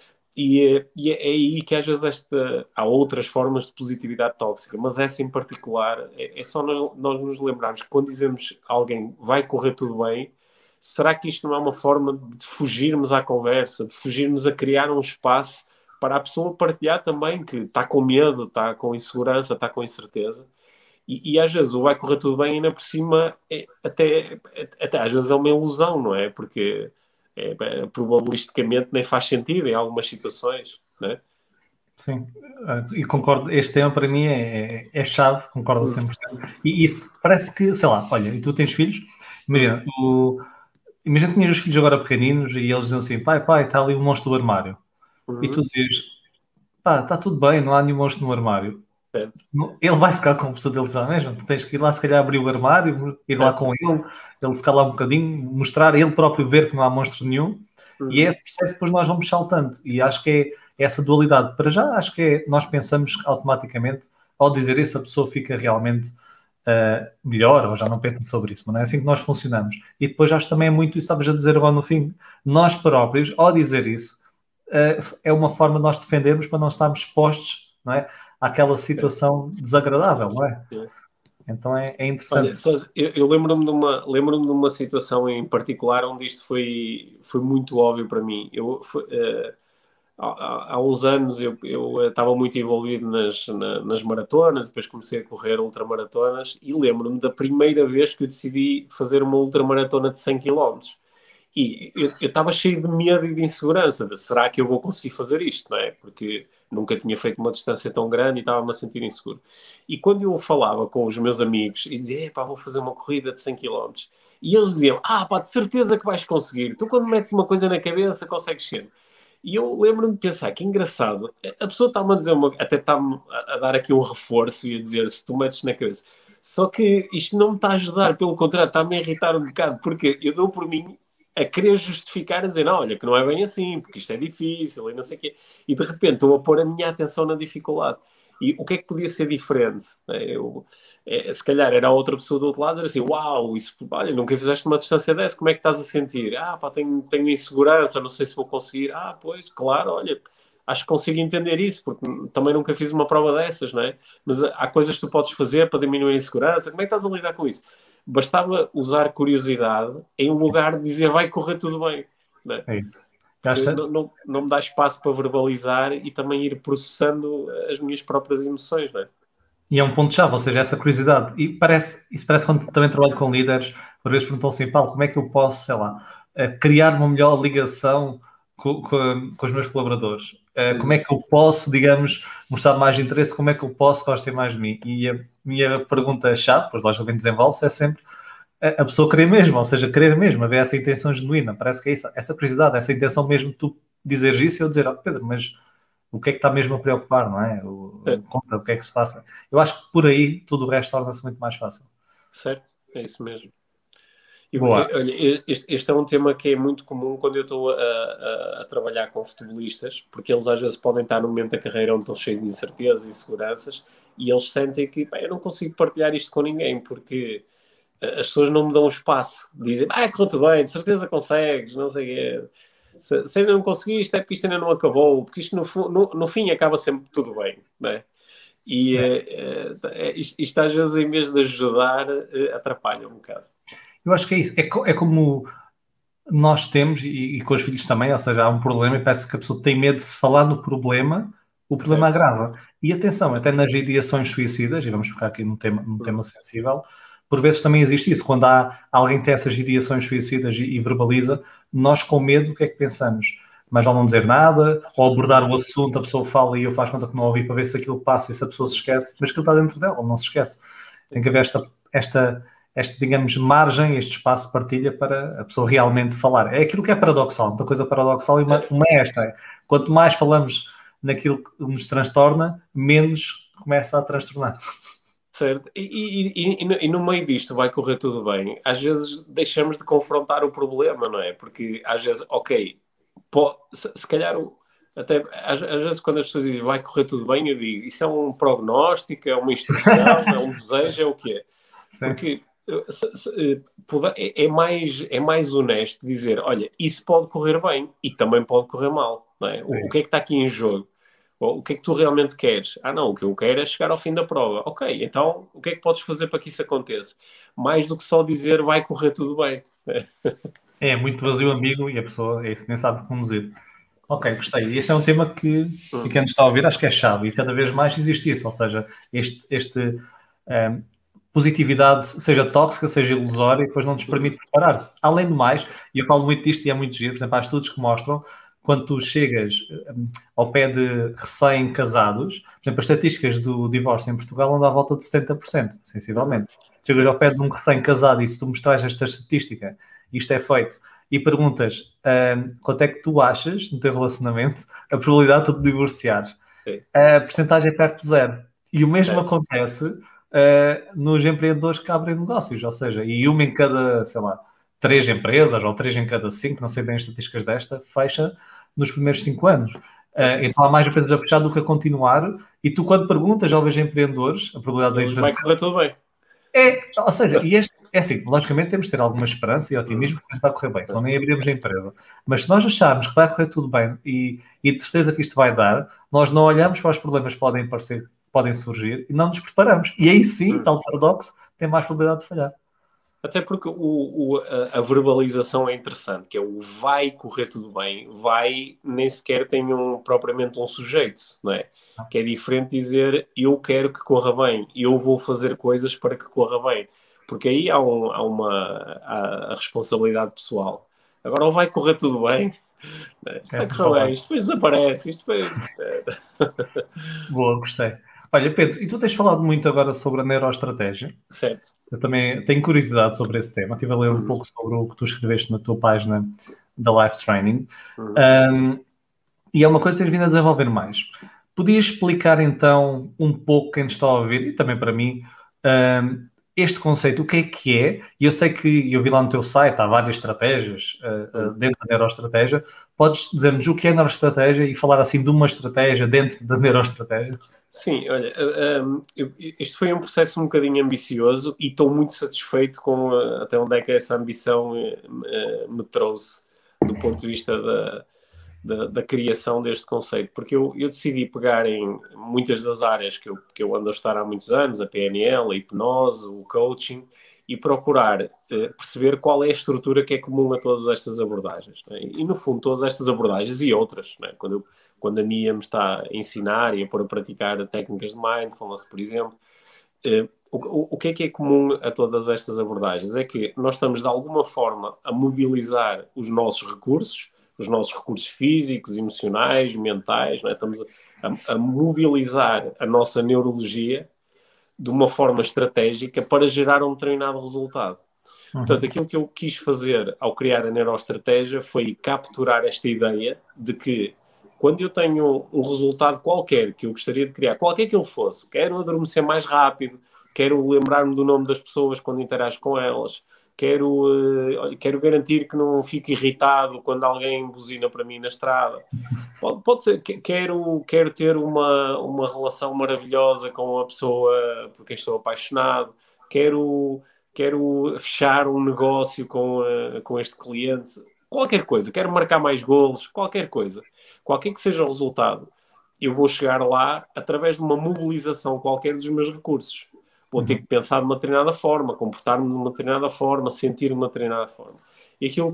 E é aí que às vezes há outras formas de positividade tóxica, mas essa em particular é só nós nos lembrarmos que quando dizemos a alguém vai correr tudo bem, será que isto não é uma forma de fugirmos à conversa, de fugirmos a criar um espaço para a pessoa partilhar também que está com medo, está com insegurança, está com incerteza? E às vezes o vai correr tudo bem, ainda por cima, até às vezes é uma ilusão, não é? Porque probabilisticamente nem faz sentido em algumas situações, não é? Sim, e concordo, este tema para mim é chave, concordo a 100%. E isso parece que, sei lá, olha, e tu tens filhos, imagina, imagina que tinhas os filhos agora pequeninos e eles diziam assim, pai, está ali um monstro do armário. E tu dizias, pá, está tudo bem, não há nenhum monstro no armário. Certo. Ele vai ficar com o pesadelo já mesmo. Tu tens que ir lá, se calhar, abrir o armário, ir lá com ele ficar lá um bocadinho, mostrar, ele próprio ver que não há monstro nenhum. E é esse processo que depois nós vamos saltando. E acho que é essa dualidade. Para já, acho que nós pensamos automaticamente, ao dizer isso, a pessoa fica realmente melhor, ou já não pensa sobre isso, mas não é assim que nós funcionamos. E depois acho que também é muito, isso estavas a dizer agora no fim, nós próprios, ao dizer isso, é uma forma de nós defendermos para não estarmos expostos, não é? Àquela situação desagradável, não é? Então é interessante. Olha, eu lembro-me de uma situação em particular onde isto foi muito óbvio para mim. Há uns anos eu estava muito envolvido nas maratonas, depois comecei a correr ultramaratonas e lembro-me da primeira vez que eu decidi fazer uma ultramaratona de 100 km. E eu estava cheio de medo e de insegurança. Será que eu vou conseguir fazer isto, não é? Porque nunca tinha feito uma distância tão grande e estava-me a sentir inseguro. E quando eu falava com os meus amigos e dizia, vou fazer uma corrida de 100 km, e eles diziam, de certeza que vais conseguir. Tu quando metes uma coisa na cabeça, consegues ser. E eu lembro-me de pensar, que engraçado, a pessoa está-me a dizer, até está-me a dar aqui um reforço e a dizer, se tu metes na cabeça. Só que isto não me está a ajudar, pelo contrário, está-me a irritar um bocado, porque eu dou por mim a querer justificar, a dizer, não, olha, que não é bem assim, porque isto é difícil e não sei o quê. E de repente estou a pôr a minha atenção na dificuldade. E o que é que podia ser diferente? Se calhar era a outra pessoa do outro lado, era assim, uau, isso, olha, nunca fizeste uma distância dessa, como é que estás a sentir? Tenho insegurança, não sei se vou conseguir. Pois, claro, olha, acho que consigo entender isso, porque também nunca fiz uma prova dessas, não é? Mas há coisas que tu podes fazer para diminuir a insegurança, como é que estás a lidar com isso? bastava usar curiosidade em lugar de dizer vai correr tudo bem. Não é? É isso. Porque não me dá espaço para verbalizar e também ir processando as minhas próprias emoções, não é? E é um ponto-chave, ou seja, essa curiosidade. E isso parece quando também trabalho com líderes, por vezes perguntam assim, Paulo, como é que eu posso, sei lá, criar uma melhor ligação com os meus colaboradores? Como é que eu posso, digamos, mostrar mais interesse? Como é que eu posso que gostem mais de mim? E a minha pergunta-chave, pois logicamente desenvolve-se, é sempre a pessoa querer mesmo, ou seja, querer mesmo, haver essa intenção genuína. Parece que é isso, essa curiosidade, essa intenção mesmo de tu dizeres isso e eu dizer, Pedro, mas o que é que está mesmo a preocupar, não é? O que é que se passa? Eu acho que por aí tudo o resto torna-se muito mais fácil. Certo, é isso mesmo. E, Boa. olha, este é um tema que é muito comum quando eu estou a trabalhar com futebolistas, porque eles às vezes podem estar no momento da carreira onde estão cheios de incertezas e inseguranças, e eles sentem que eu não consigo partilhar isto com ninguém, porque as pessoas não me dão espaço. Dizem, correu-te bem, de certeza consegues, não sei o quê. Se ainda não conseguiste é porque isto ainda não acabou, porque isto no fim acaba sempre tudo bem, não é? E isto às vezes, em vez de ajudar, atrapalha um bocado. Eu acho que é isso. É como nós temos, e com os filhos também, ou seja, há um problema e parece que a pessoa tem medo de se falar do problema, o problema Certo. agrava. E atenção, até nas ideações suicidas, e vamos ficar aqui num tema sensível, por vezes também existe isso. Quando há alguém que tem essas ideações suicidas e verbaliza, nós com medo, o que é que pensamos? Mas vão não dizer nada, ou abordar o assunto, a pessoa fala e eu faço conta que não ouvi para ver se aquilo passa e se a pessoa se esquece, mas aquilo está dentro dela, não se esquece. Tem que haver esta, digamos, margem, este espaço de partilha para a pessoa realmente falar. É aquilo que é paradoxal, muita coisa paradoxal e uma é esta. Quanto mais falamos naquilo que nos transtorna, menos começa a transtornar. Certo. E no meio disto vai correr tudo bem. Às vezes deixamos de confrontar o problema, não é? Porque às vezes, ok, se calhar até às vezes quando as pessoas dizem vai correr tudo bem, eu digo, isso é um prognóstico, é uma instrução, é um desejo, é o quê? Sim. Porque é mais honesto dizer, olha, isso pode correr bem e também pode correr mal, não é? O que é que está aqui em jogo? O que é que tu realmente queres? Não, o que eu quero é chegar ao fim da prova. Ok, então o que é que podes fazer para que isso aconteça? Mais do que só dizer vai correr tudo bem. É muito vazio ambíguo e a pessoa é isso, nem sabe conduzir. Ok, gostei. E este é um tema que quem nos está a ouvir acho que é chave e cada vez mais existe isso, ou seja, este positividade, seja tóxica, seja ilusória, e depois não nos permite preparar. Além do mais, e eu falo muito disto e é muito giro, por exemplo, há estudos que mostram quando tu chegas ao pé de recém-casados, por exemplo, as estatísticas do divórcio em Portugal andam à volta de 70%, sensivelmente. Chegas ao pé de um recém-casado e se tu mostras esta estatística, isto é feito, e perguntas quanto é que tu achas, no teu relacionamento, a probabilidade de tu te divorciares, a percentagem é perto de zero. E o mesmo acontece nos empreendedores que abrem negócios, ou seja, e uma em cada, sei lá, 3 empresas, ou 3 em cada 5, não sei bem as estatísticas desta, fecha nos primeiros 5 anos. Então há mais empresas a fechar do que a continuar, e tu quando perguntas aos empreendedores, a probabilidade Eles de vai correr tudo bem. ou seja, e este, é assim, logicamente temos de ter alguma esperança e otimismo que isto vai correr bem, senão nem abriremos a empresa. Mas se nós acharmos que vai correr tudo bem e de certeza que isto vai dar, nós não olhamos para os problemas que podem aparecer, podem surgir e não nos preparamos. E aí sim, tal paradoxo, tem mais probabilidade de falhar. Até porque a verbalização é interessante, que é o vai correr tudo bem, vai nem sequer tem propriamente um sujeito, não é? Que é diferente dizer eu quero que corra bem, eu vou fazer coisas para que corra bem, porque aí há a responsabilidade pessoal. Agora, ou vai correr tudo bem, isto vai correr bem, isto depois desaparece, isto depois. Boa, gostei. Olha, Pedro, e tu tens falado muito agora sobre a neuroestratégia. Certo. Eu também tenho curiosidade sobre esse tema. Estive a ler um pouco sobre o que tu escreveste na tua página da Life Training. E é uma coisa que tens vindo a desenvolver mais. Podias explicar então um pouco quem nos está a ouvir, e também para mim, este conceito, o que é? E eu sei que eu vi lá no teu site, há várias estratégias dentro da neuroestratégia. Podes dizer-nos o que é neuroestratégia e falar assim de uma estratégia dentro da neuroestratégia? Sim, olha, isto foi um processo um bocadinho ambicioso e estou muito satisfeito com até onde é que essa ambição me trouxe do ponto de vista da criação deste conceito, porque eu decidi pegar em muitas das áreas que eu ando a estudar há muitos anos, a PNL, a hipnose, o coaching, e procurar perceber qual é a estrutura que é comum a todas estas abordagens. Né? E, no fundo, todas estas abordagens e outras, né? Quando a Mia me está a ensinar e a pôr a praticar técnicas de mindfulness, por exemplo, o que é comum a todas estas abordagens? É que nós estamos, de alguma forma, a mobilizar os nossos recursos físicos, emocionais, mentais, não é? Estamos a mobilizar a nossa neurologia de uma forma estratégica para gerar um determinado resultado. Portanto, aquilo que eu quis fazer ao criar a neuroestratégia foi capturar esta ideia de que quando eu tenho um resultado qualquer que eu gostaria de criar, qualquer que ele fosse, quero adormecer mais rápido, quero lembrar-me do nome das pessoas quando interajo com elas, quero garantir que não fique irritado quando alguém buzina para mim na estrada. Pode ser, quero ter uma relação maravilhosa com a pessoa por quem estou apaixonado, quero fechar um negócio com este cliente, qualquer coisa, quero marcar mais golos, qualquer coisa, qualquer que seja o resultado, eu vou chegar lá através de uma mobilização qualquer dos meus recursos. Vou ter que pensar de uma determinada forma, comportar-me de uma determinada forma, sentir de uma determinada forma. E aquilo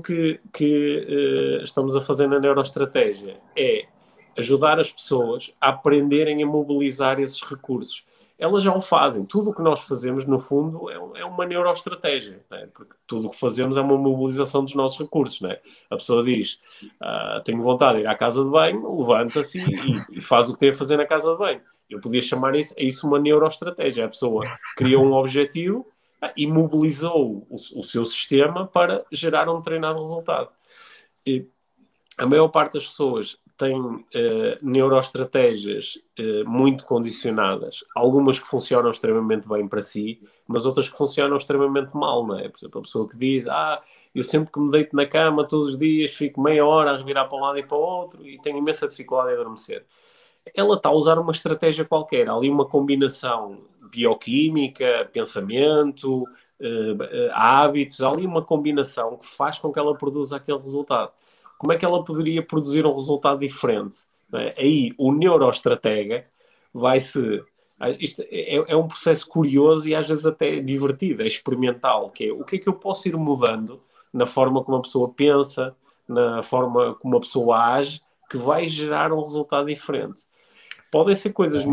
que estamos a fazer na neuroestratégia é ajudar as pessoas a aprenderem a mobilizar esses recursos. Elas já o fazem. Tudo o que nós fazemos, no fundo, é uma neuroestratégia, né? Porque tudo o que fazemos é uma mobilização dos nossos recursos. Né? A pessoa diz, tenho vontade de ir à casa de banho, levanta-se e faz o que tem a fazer na casa de banho. Eu podia chamar isso uma neuroestratégia. A pessoa criou um objetivo e mobilizou o seu sistema para gerar um determinado resultado. E a maior parte das pessoas tem neuroestratégias muito condicionadas, algumas que funcionam extremamente bem para si, mas outras que funcionam extremamente mal, não é? Por exemplo, a pessoa que diz, eu sempre que me deito na cama, todos os dias, fico meia hora a revirar para um lado e para o outro e tenho imensa dificuldade em adormecer. Ela está a usar uma estratégia qualquer, há ali uma combinação bioquímica, pensamento, hábitos, há ali uma combinação que faz com que ela produza aquele resultado. Como é que ela poderia produzir um resultado diferente? É? Aí o neuroestratega vai-se... Isto é um processo curioso e às vezes até divertido, é experimental, que é o que é que eu posso ir mudando na forma como a pessoa pensa, na forma como a pessoa age, que vai gerar um resultado diferente. Podem ser coisas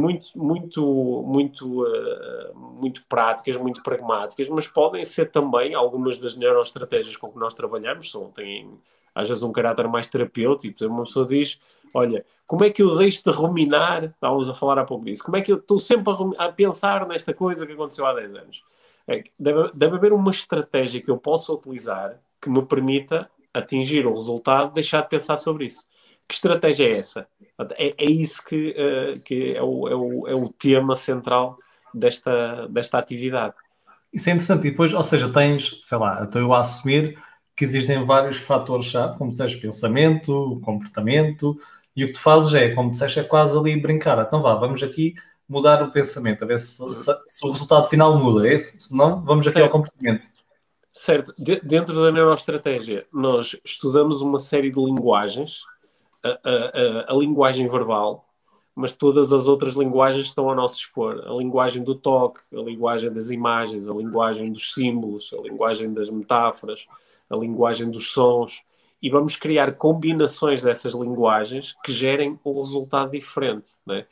muito práticas, muito pragmáticas, mas podem ser também algumas das neuroestratégias com que nós trabalhamos, têm às vezes um caráter mais terapêutico. Por exemplo, uma pessoa diz, olha, como é que eu deixo de ruminar, estávamos a falar há pouco disso, como é que eu estou sempre a pensar nesta coisa que aconteceu há 10 anos? Deve haver uma estratégia que eu possa utilizar que me permita atingir o resultado de deixar de pensar sobre isso. Que estratégia é essa? É isso que é o tema central desta atividade. Isso é interessante. E depois, ou seja, tens, sei lá, estou eu a assumir que existem vários fatores-chave, como disseste, pensamento, comportamento, e o que tu fazes é, como disseste, é quase ali brincar. Então vá, vamos aqui mudar o pensamento, a ver se o resultado final muda. É esse? Se não, vamos aqui ao comportamento. Certo. Dentro da neuroestratégia, nós estudamos uma série de linguagens, a linguagem verbal, mas todas as outras linguagens estão ao nosso dispor. A linguagem do toque, a linguagem das imagens, a linguagem dos símbolos, a linguagem das metáforas, a linguagem dos sons. E vamos criar combinações dessas linguagens que gerem um resultado diferente, né?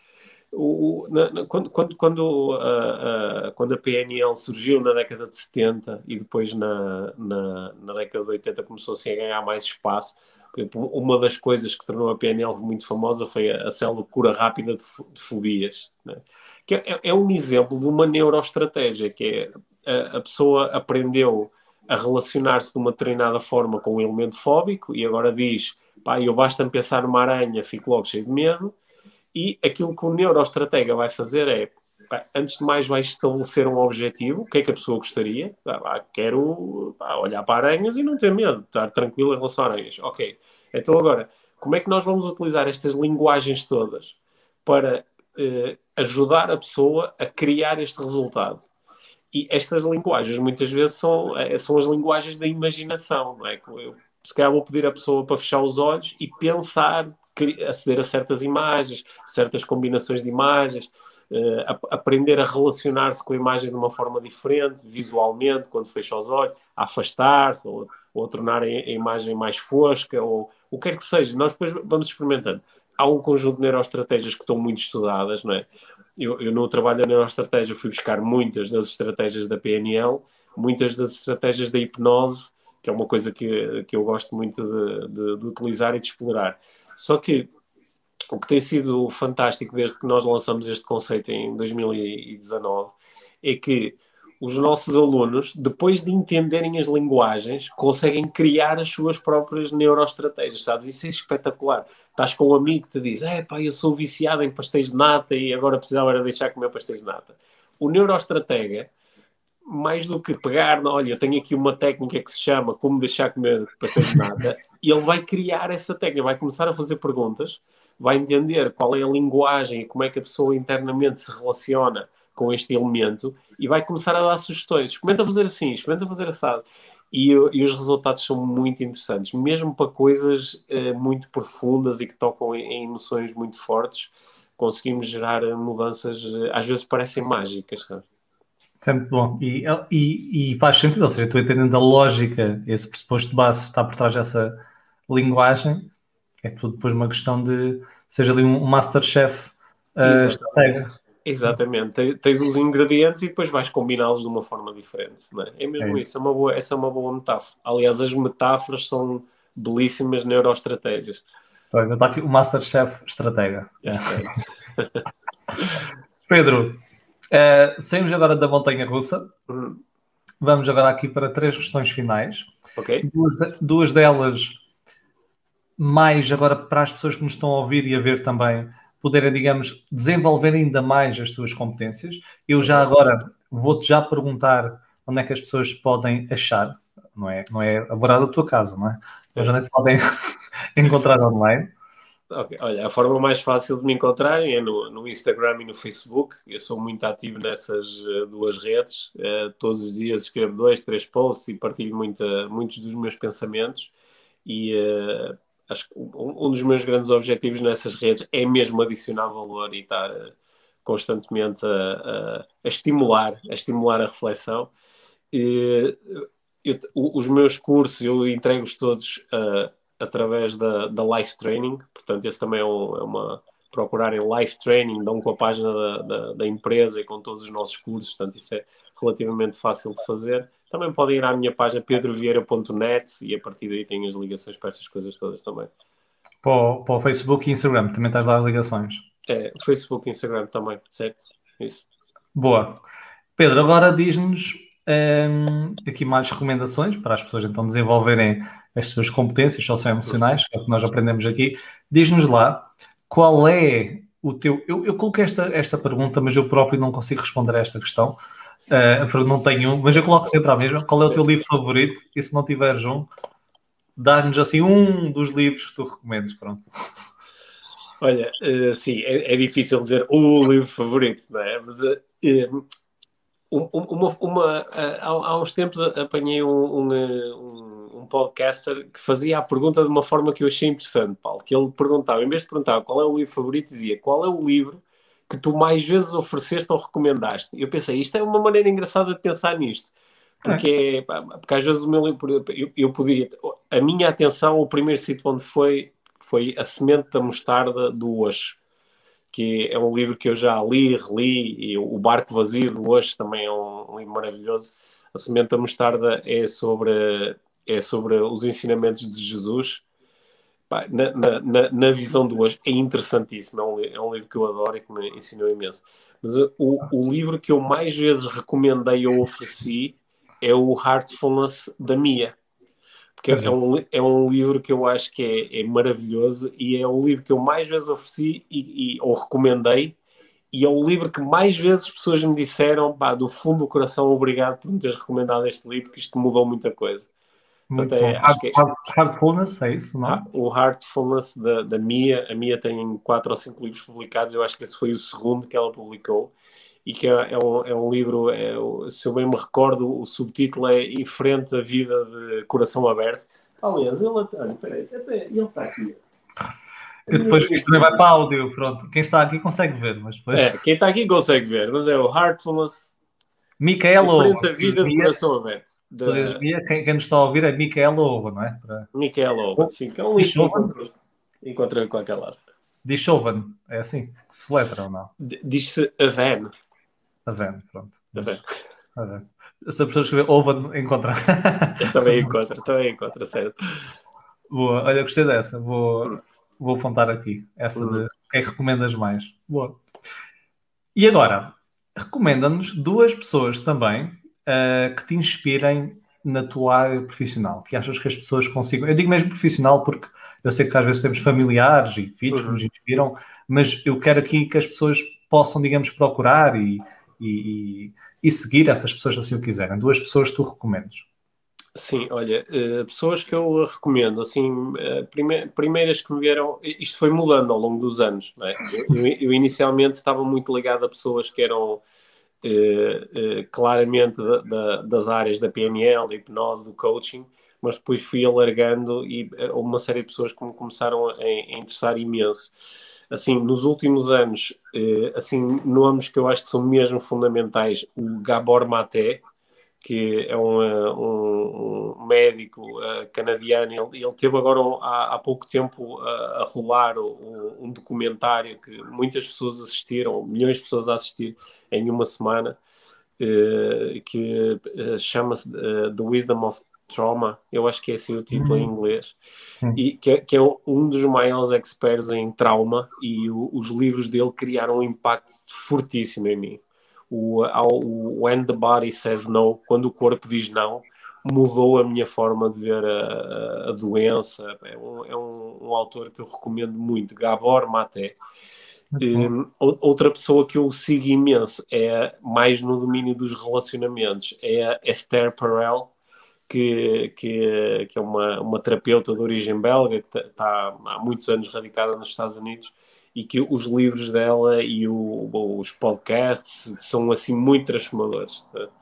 Quando a PNL surgiu na década de 70 e depois na década de 80 começou-se a ganhar mais espaço, uma das coisas que tornou a PNL muito famosa foi a célula cura rápida de fobias, né? Que é um exemplo de uma neuroestratégia, que é a pessoa aprendeu a relacionar-se de uma determinada forma com um elemento fóbico e agora diz, eu basta-me pensar numa aranha, fico logo cheio de medo. E aquilo que o neuroestratega vai fazer é, antes de mais, vai estabelecer um objetivo. O que é que a pessoa gostaria? Quero olhar para aranhas e não ter medo, estar tranquilo em relação a aranhas. Ok, então agora, como é que nós vamos utilizar estas linguagens todas para ajudar a pessoa a criar este resultado? E estas linguagens, muitas vezes, são as linguagens da imaginação, não é? Eu, se calhar, vou pedir à pessoa para fechar os olhos e pensar, aceder a certas imagens, certas combinações de imagens, aprender a relacionar-se com a imagem de uma forma diferente, visualmente, quando fecha os olhos, a afastar-se ou a tornar a imagem mais fosca, ou o que quer que seja. Nós depois vamos experimentando. Há um conjunto de neuroestratégias que estão muito estudadas, não é? Eu no trabalho da neuroestratégia fui buscar muitas das estratégias da PNL, muitas das estratégias da hipnose, que é uma coisa que eu gosto muito de utilizar e de explorar. Só que o que tem sido fantástico desde que nós lançamos este conceito em 2019 é que os nossos alunos, depois de entenderem as linguagens, conseguem criar as suas próprias neuroestratégias, sabes? Isso é espetacular. Estás com um amigo que te diz, pá, eu sou viciado em pastéis de nata e agora precisava era deixar de comer pastéis de nata. O neuroestratega, mais do que pegar, olha, eu tenho aqui uma técnica que se chama como deixar comer pastéis de nata, e ele vai criar essa técnica, vai começar a fazer perguntas, vai entender qual é a linguagem e como é que a pessoa internamente se relaciona com este elemento e vai começar a dar sugestões. Experimenta fazer assim, experimenta fazer assado. E os resultados são muito interessantes, mesmo para coisas muito profundas e que tocam em emoções muito fortes, conseguimos gerar mudanças, às vezes parecem mágicas, sabe? Sempre bom. E faz sentido, ou seja, tu entendendo a lógica, esse pressuposto de base está por trás dessa linguagem, é tudo depois uma questão de seja ali um Masterchef estratega. Exatamente. Tens os ingredientes e depois vais combiná-los de uma forma diferente. Não é? É mesmo isso. Essa é uma boa metáfora. Aliás, as metáforas são belíssimas neuroestratégias. Então, está aqui o Masterchef estratega. Pedro, saímos agora da montanha russa. Vamos agora aqui para 3 questões finais. Ok. Duas delas mais agora para as pessoas que nos estão a ouvir e a ver também poderem, digamos, desenvolver ainda mais as suas competências. Eu já agora vou-te já perguntar onde é que as pessoas podem achar, não é a morada da tua casa, não é? Mas onde é que podem encontrar online. Okay. Olha, a forma mais fácil de me encontrarem é no Instagram e no Facebook. Eu sou muito ativo nessas duas redes. Todos os dias escrevo 2, 3 posts e partilho muitos dos meus pensamentos. E acho que um dos meus grandes objetivos nessas redes é mesmo adicionar valor e estar constantemente a estimular a reflexão. Os meus cursos eu entrego-os todos através da Life Training, portanto esse também é uma procurarem Life Training, dão com a página da empresa e com todos os nossos cursos, portanto isso é relativamente fácil de fazer. Também podem ir à minha página pedrovieira.net e a partir daí têm as ligações para estas coisas todas também. Para o Facebook e Instagram, também estás lá as ligações? Facebook e Instagram também, certo? Isso. Boa. Pedro, agora diz-nos aqui mais recomendações para as pessoas então desenvolverem as suas competências socioemocionais, que é o que nós aprendemos aqui. Diz-nos lá qual é o teu... Eu coloquei esta pergunta, mas eu próprio não consigo responder a esta questão, porque não tenho um, mas eu coloco sempre a mesma. Qual é o teu livro favorito? E se não tiveres um, dá-nos assim um dos livros que tu recomendas, pronto. Olha, sim, é difícil dizer o livro favorito, não é? Mas há uns tempos apanhei um podcaster que fazia a pergunta de uma forma que eu achei interessante, Paulo, que ele perguntava, em vez de perguntar qual é o livro favorito, dizia qual é o livro que tu mais vezes ofereceste ou recomendaste. Eu pensei, isto é uma maneira engraçada de pensar nisto, porque às vezes o meu livro, eu podia, a minha atenção, o primeiro sítio onde foi A Semente da Mostarda, do Osho, que é um livro que eu já li, reli, e O Barco Vazio do Osho também é um livro maravilhoso. A Semente da Mostarda é sobre os ensinamentos de Jesus. Pá, na visão do Osho é interessantíssimo, é um livro que eu adoro e que me ensinou imenso. Mas o livro que eu mais vezes recomendei ou ofereci é o Heartfulness da Mia. Porque é um livro que eu acho que é maravilhoso e é o livro que eu mais vezes ofereci ou recomendei, e é o livro que mais vezes pessoas me disseram, pá, do fundo do coração, obrigado por me teres recomendado este livro, que isto mudou muita coisa. Muito bom. Acho que Heartfulness, é isso, não? O Heartfulness da Mia. A Mia tem 4 ou 5 livros publicados, eu acho que esse foi o segundo que ela publicou, e que é um livro, se eu bem me recordo, o subtítulo é Em Frente à Vida de Coração Aberto. Aliás, ele está aqui. Que depois isto também vai para áudio, pronto. Quem está aqui consegue ver, mas depois... Quem está aqui consegue ver, mas é o Heartfulness, Micaela Diferente Ova. a vida de coração aberto. Quem nos está a ouvir é Micaela Ova, não é? Micaela Ova, sim, que é um link que encontra em qualquer lado. Dishovan, é assim que se letra ou não? Diz-se Aven. Aven, pronto. Aven. Se a pessoa escrever Ovan, encontra. Eu também encontro, certo. Boa, olha, gostei dessa. Vou apontar aqui. Essa de quem recomendas mais. Boa. E agora, recomenda-nos 2 pessoas também que te inspirem na tua área profissional, que achas que as pessoas consigam... Eu digo mesmo profissional porque eu sei que às vezes temos familiares e filhos que nos inspiram, mas eu quero aqui que as pessoas possam, digamos, procurar e seguir essas pessoas assim o quiserem. 2 pessoas que tu recomendas. Sim, olha, pessoas que eu recomendo, assim, primeiras que me vieram, isto foi mudando ao longo dos anos, não é? Eu inicialmente estava muito ligado a pessoas que eram claramente das áreas da PNL, da hipnose, do coaching, mas depois fui alargando e houve uma série de pessoas que me começaram a interessar imenso. Assim, nos últimos anos, assim, nomes que eu acho que são mesmo fundamentais, o Gabor Maté, que é um médico canadiano. Ele teve agora há pouco tempo a rolar um documentário que muitas pessoas assistiram, milhões de pessoas a assistir em uma semana, que chama-se The Wisdom of Trauma. Eu acho que é assim o título em inglês. Sim. E que é um dos maiores experts em trauma, e os livros dele criaram um impacto fortíssimo em mim. O When the Body Says No, quando o corpo diz não, mudou a minha forma de ver a doença. É um autor que eu recomendo muito, Gabor Maté. Outra pessoa que eu sigo imenso é mais no domínio dos relacionamentos, é a Esther Perel, que é uma terapeuta de origem belga, que está há muitos anos radicada nos Estados Unidos, e que os livros dela e os podcasts são assim muito transformadores.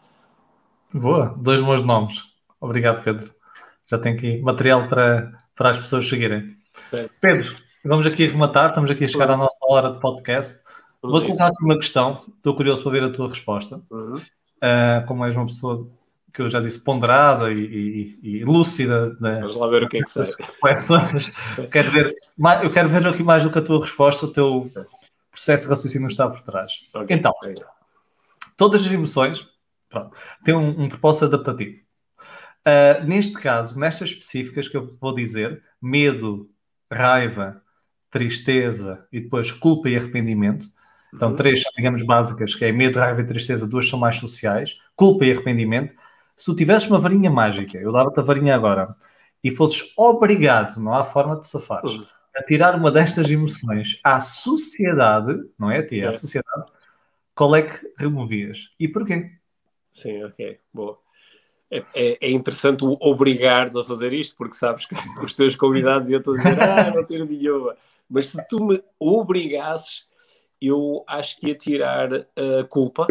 Boa, 2 bons nomes. Obrigado, Pedro. Já tenho aqui material para as pessoas seguirem. Certo. Pedro, vamos aqui rematar, estamos aqui a chegar à nossa hora de podcast. Vou-te colocar aqui uma questão, estou curioso para ver a tua resposta. Como és uma pessoa que eu já disse ponderada e lúcida. Vamos lá ver o que é que sai. Eu quero ver aqui mais do que a tua resposta, o teu processo de raciocínio está por trás. Okay. Então, todas as emoções têm um propósito adaptativo. Neste caso, nestas específicas que eu vou dizer, medo, raiva, tristeza e depois culpa e arrependimento. Então, 3 são, digamos, básicas, que é medo, raiva e tristeza, 2 são mais sociais, culpa e arrependimento. Se tu tivesses uma varinha mágica, eu dava-te a varinha agora, e fosses obrigado, não há forma de safares, a tirar uma destas emoções à sociedade, não é a ti, é a sociedade, qual é que removias? E porquê? Sim, ok, boa. É interessante o obrigares a fazer isto, porque sabes que os teus convidados iam todos dizer, não tenho nenhuma. Mas se tu me obrigasses, eu acho que ia tirar a culpa.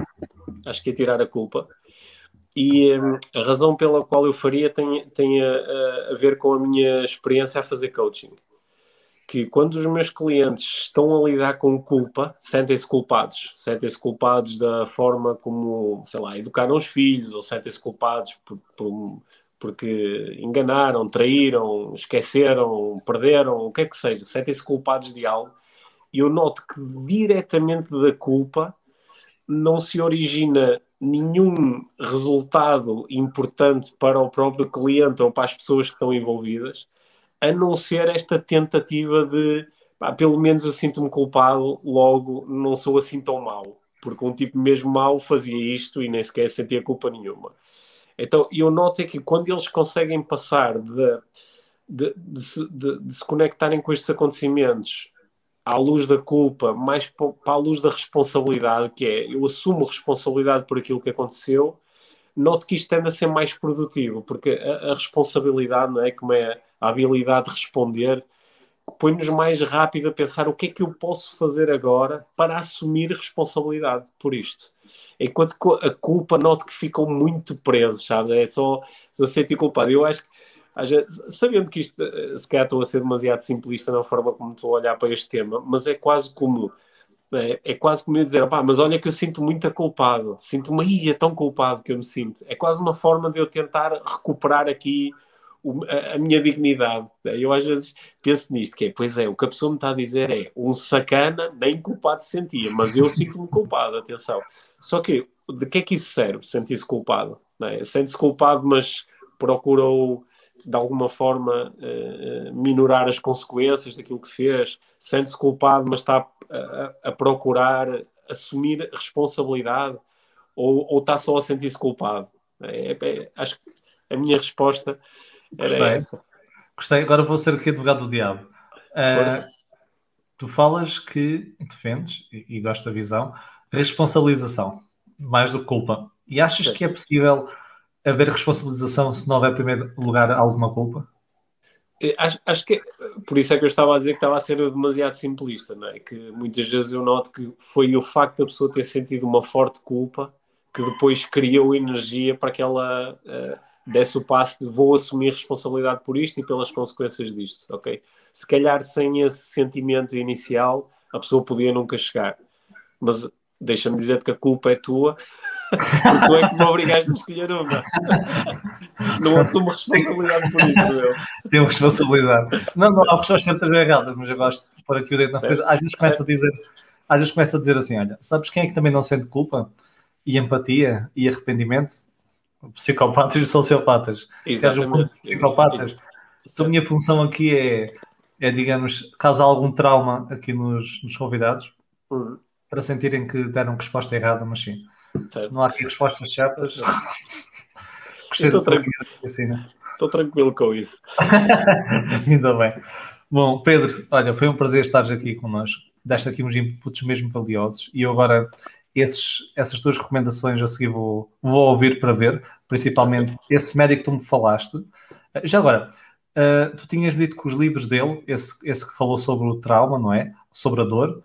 E a razão pela qual eu faria tem a ver com a minha experiência a fazer coaching. Que quando os meus clientes estão a lidar com culpa, sentem-se culpados da forma como, sei lá, educaram os filhos, ou sentem-se culpados porque enganaram, traíram, esqueceram, perderam, o que é que seja, sentem-se culpados de algo. E eu noto que diretamente da culpa não se origina nenhum resultado importante para o próprio cliente ou para as pessoas que estão envolvidas, a não ser esta tentativa de, pelo menos eu sinto-me culpado, logo não sou assim tão mau, porque um tipo mesmo mau fazia isto e nem sequer sentia culpa nenhuma. Então eu noto é que quando eles conseguem passar de se conectarem com estes acontecimentos à luz da culpa, mais para a luz da responsabilidade, que é, eu assumo responsabilidade por aquilo que aconteceu, noto que isto tende a ser mais produtivo, porque a responsabilidade, não é, como é a habilidade de responder, põe-nos mais rápido a pensar o que é que eu posso fazer agora para assumir responsabilidade por isto. Enquanto que a culpa, noto que ficam muito presos, sabe? É só sentir culpado. Eu acho que sabendo que isto, se calhar estou a ser demasiado simplista na forma como estou a olhar para este tema, mas é quase como eu dizer, pá, mas olha que eu sinto muito culpado, sinto-me, é tão culpado que eu me sinto. É quase uma forma de eu tentar recuperar aqui a minha dignidade. Eu às vezes penso nisto, que é, pois é, o que a pessoa me está a dizer é, um sacana nem culpado se sentia, mas eu sinto-me culpado, atenção. Só que, de que é que isso serve, sentir-se culpado? Não é? Sente-se culpado, mas procurou de alguma forma minorar as consequências daquilo que fez, sente-se culpado, mas está a procurar assumir responsabilidade, ou está só a sentir-se culpado? Acho que a minha resposta era essa. Gostei, agora vou ser aqui advogado do diabo. Tu falas que defendes, e gosto da visão, responsabilização, mais do que culpa. E achas que é possível haver responsabilização se não houver, em primeiro lugar, alguma culpa? Acho que por isso é que eu estava a dizer que estava a ser demasiado simplista, não é? Que muitas vezes eu noto que foi o facto da pessoa ter sentido uma forte culpa que depois criou energia para que ela desse o passo de vou assumir responsabilidade por isto e pelas consequências disto, ok? Se calhar sem esse sentimento inicial a pessoa podia nunca chegar. Mas deixa-me dizer-te que a culpa é tua porque tu é que me obrigaste a escolher uma. Não assumo responsabilidade por isso, eu. Tenho responsabilidade. Não há pessoas sempre erradas, mas eu gosto de pôr aqui o dedo na frente. Às vezes começa a dizer assim, olha, sabes quem é que também não sente culpa? E empatia e arrependimento? Psicopatas e sociopatas. Queres um ponto de psicopatas? Então a minha função aqui é, digamos, causar algum trauma aqui nos convidados para sentirem que deram resposta errada, mas sim. Certo. Não há aqui respostas certas. Estou tranquilo com isso. Ainda bem. Bom, Pedro, olha, foi um prazer estares aqui connosco. Deste aqui uns inputs mesmo valiosos e eu agora essas tuas recomendações a seguir vou ouvir para ver, principalmente esse médico que tu me falaste. Já agora, tu tinhas dito que os livros dele, esse que falou sobre o trauma, não é? Sobre a dor,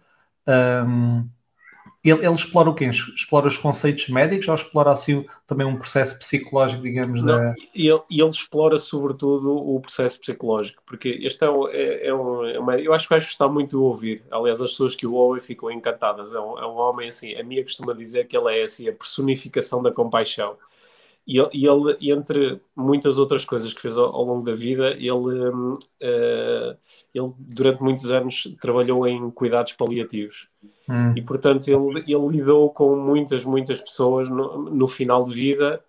ele explora o quê? Explora os conceitos médicos ou explora assim também um processo psicológico, digamos? Não, ele explora sobretudo o processo psicológico, porque este eu acho que vais gostar muito de ouvir. Aliás, as pessoas que o ouvem ficam encantadas. É um homem assim, a minha costuma dizer que ele é assim, a personificação da compaixão. E ele, entre muitas outras coisas que fez ao longo da vida, ele durante muitos anos trabalhou em cuidados paliativos. E, portanto, ele lidou com muitas pessoas no final de vida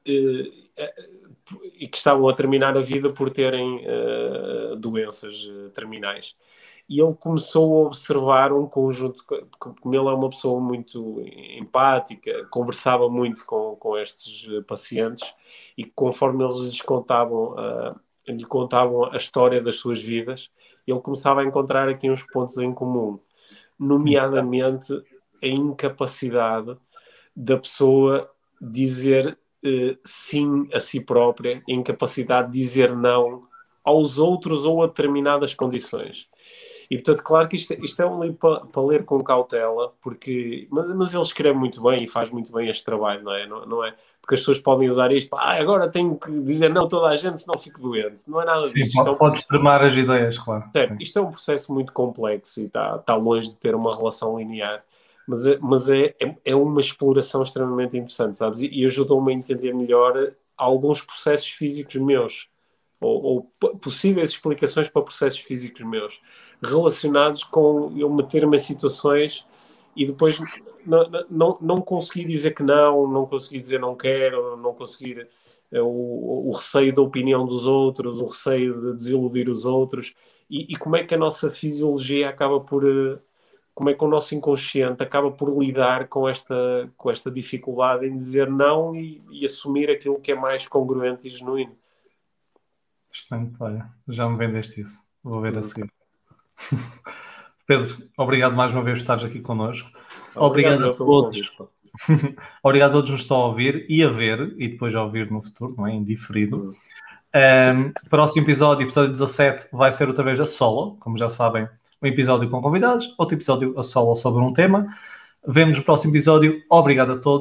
e que estavam a terminar a vida por terem doenças terminais. E ele começou a observar um conjunto, como ele é uma pessoa muito empática, conversava muito com estes pacientes e conforme eles lhe contavam a história das suas vidas, ele começava a encontrar aqui uns pontos em comum, nomeadamente a incapacidade da pessoa dizer sim a si própria, a incapacidade de dizer não aos outros ou a determinadas condições. E, portanto, claro que isto é um livro para ler com cautela, mas ele escreve muito bem e faz muito bem este trabalho, não é? Não é? Porque as pessoas podem usar isto, agora tenho que dizer não a toda a gente, senão fico doente. Não é nada disso. Sim, pode extremar as ideias, claro. Certo, isto é um processo muito complexo e está longe de ter uma relação linear. Mas é uma exploração extremamente interessante, sabes? E ajudou-me a entender melhor alguns processos físicos meus, ou possíveis explicações para processos físicos meus, relacionados com eu meter-me em situações e depois não conseguir dizer que não conseguir dizer não quero, não conseguir o receio da opinião dos outros, o receio de desiludir os outros, e como é que a nossa fisiologia acaba por... como é que o nosso inconsciente acaba por lidar com esta dificuldade em dizer não e assumir aquilo que é mais congruente e genuíno. Excelente, olha, já me vendeste isso. Vou ver a seguir. Pedro, obrigado mais uma vez por estares aqui connosco. Obrigado a todos. Obrigado a todos que nos estão a ouvir e a ver, e depois a ouvir no futuro, não é? Em diferido. Próximo episódio 17, vai ser outra vez a solo, como já sabem, um episódio com convidados, outro episódio a solo sobre um tema. Vemos no próximo episódio. Obrigado a todos.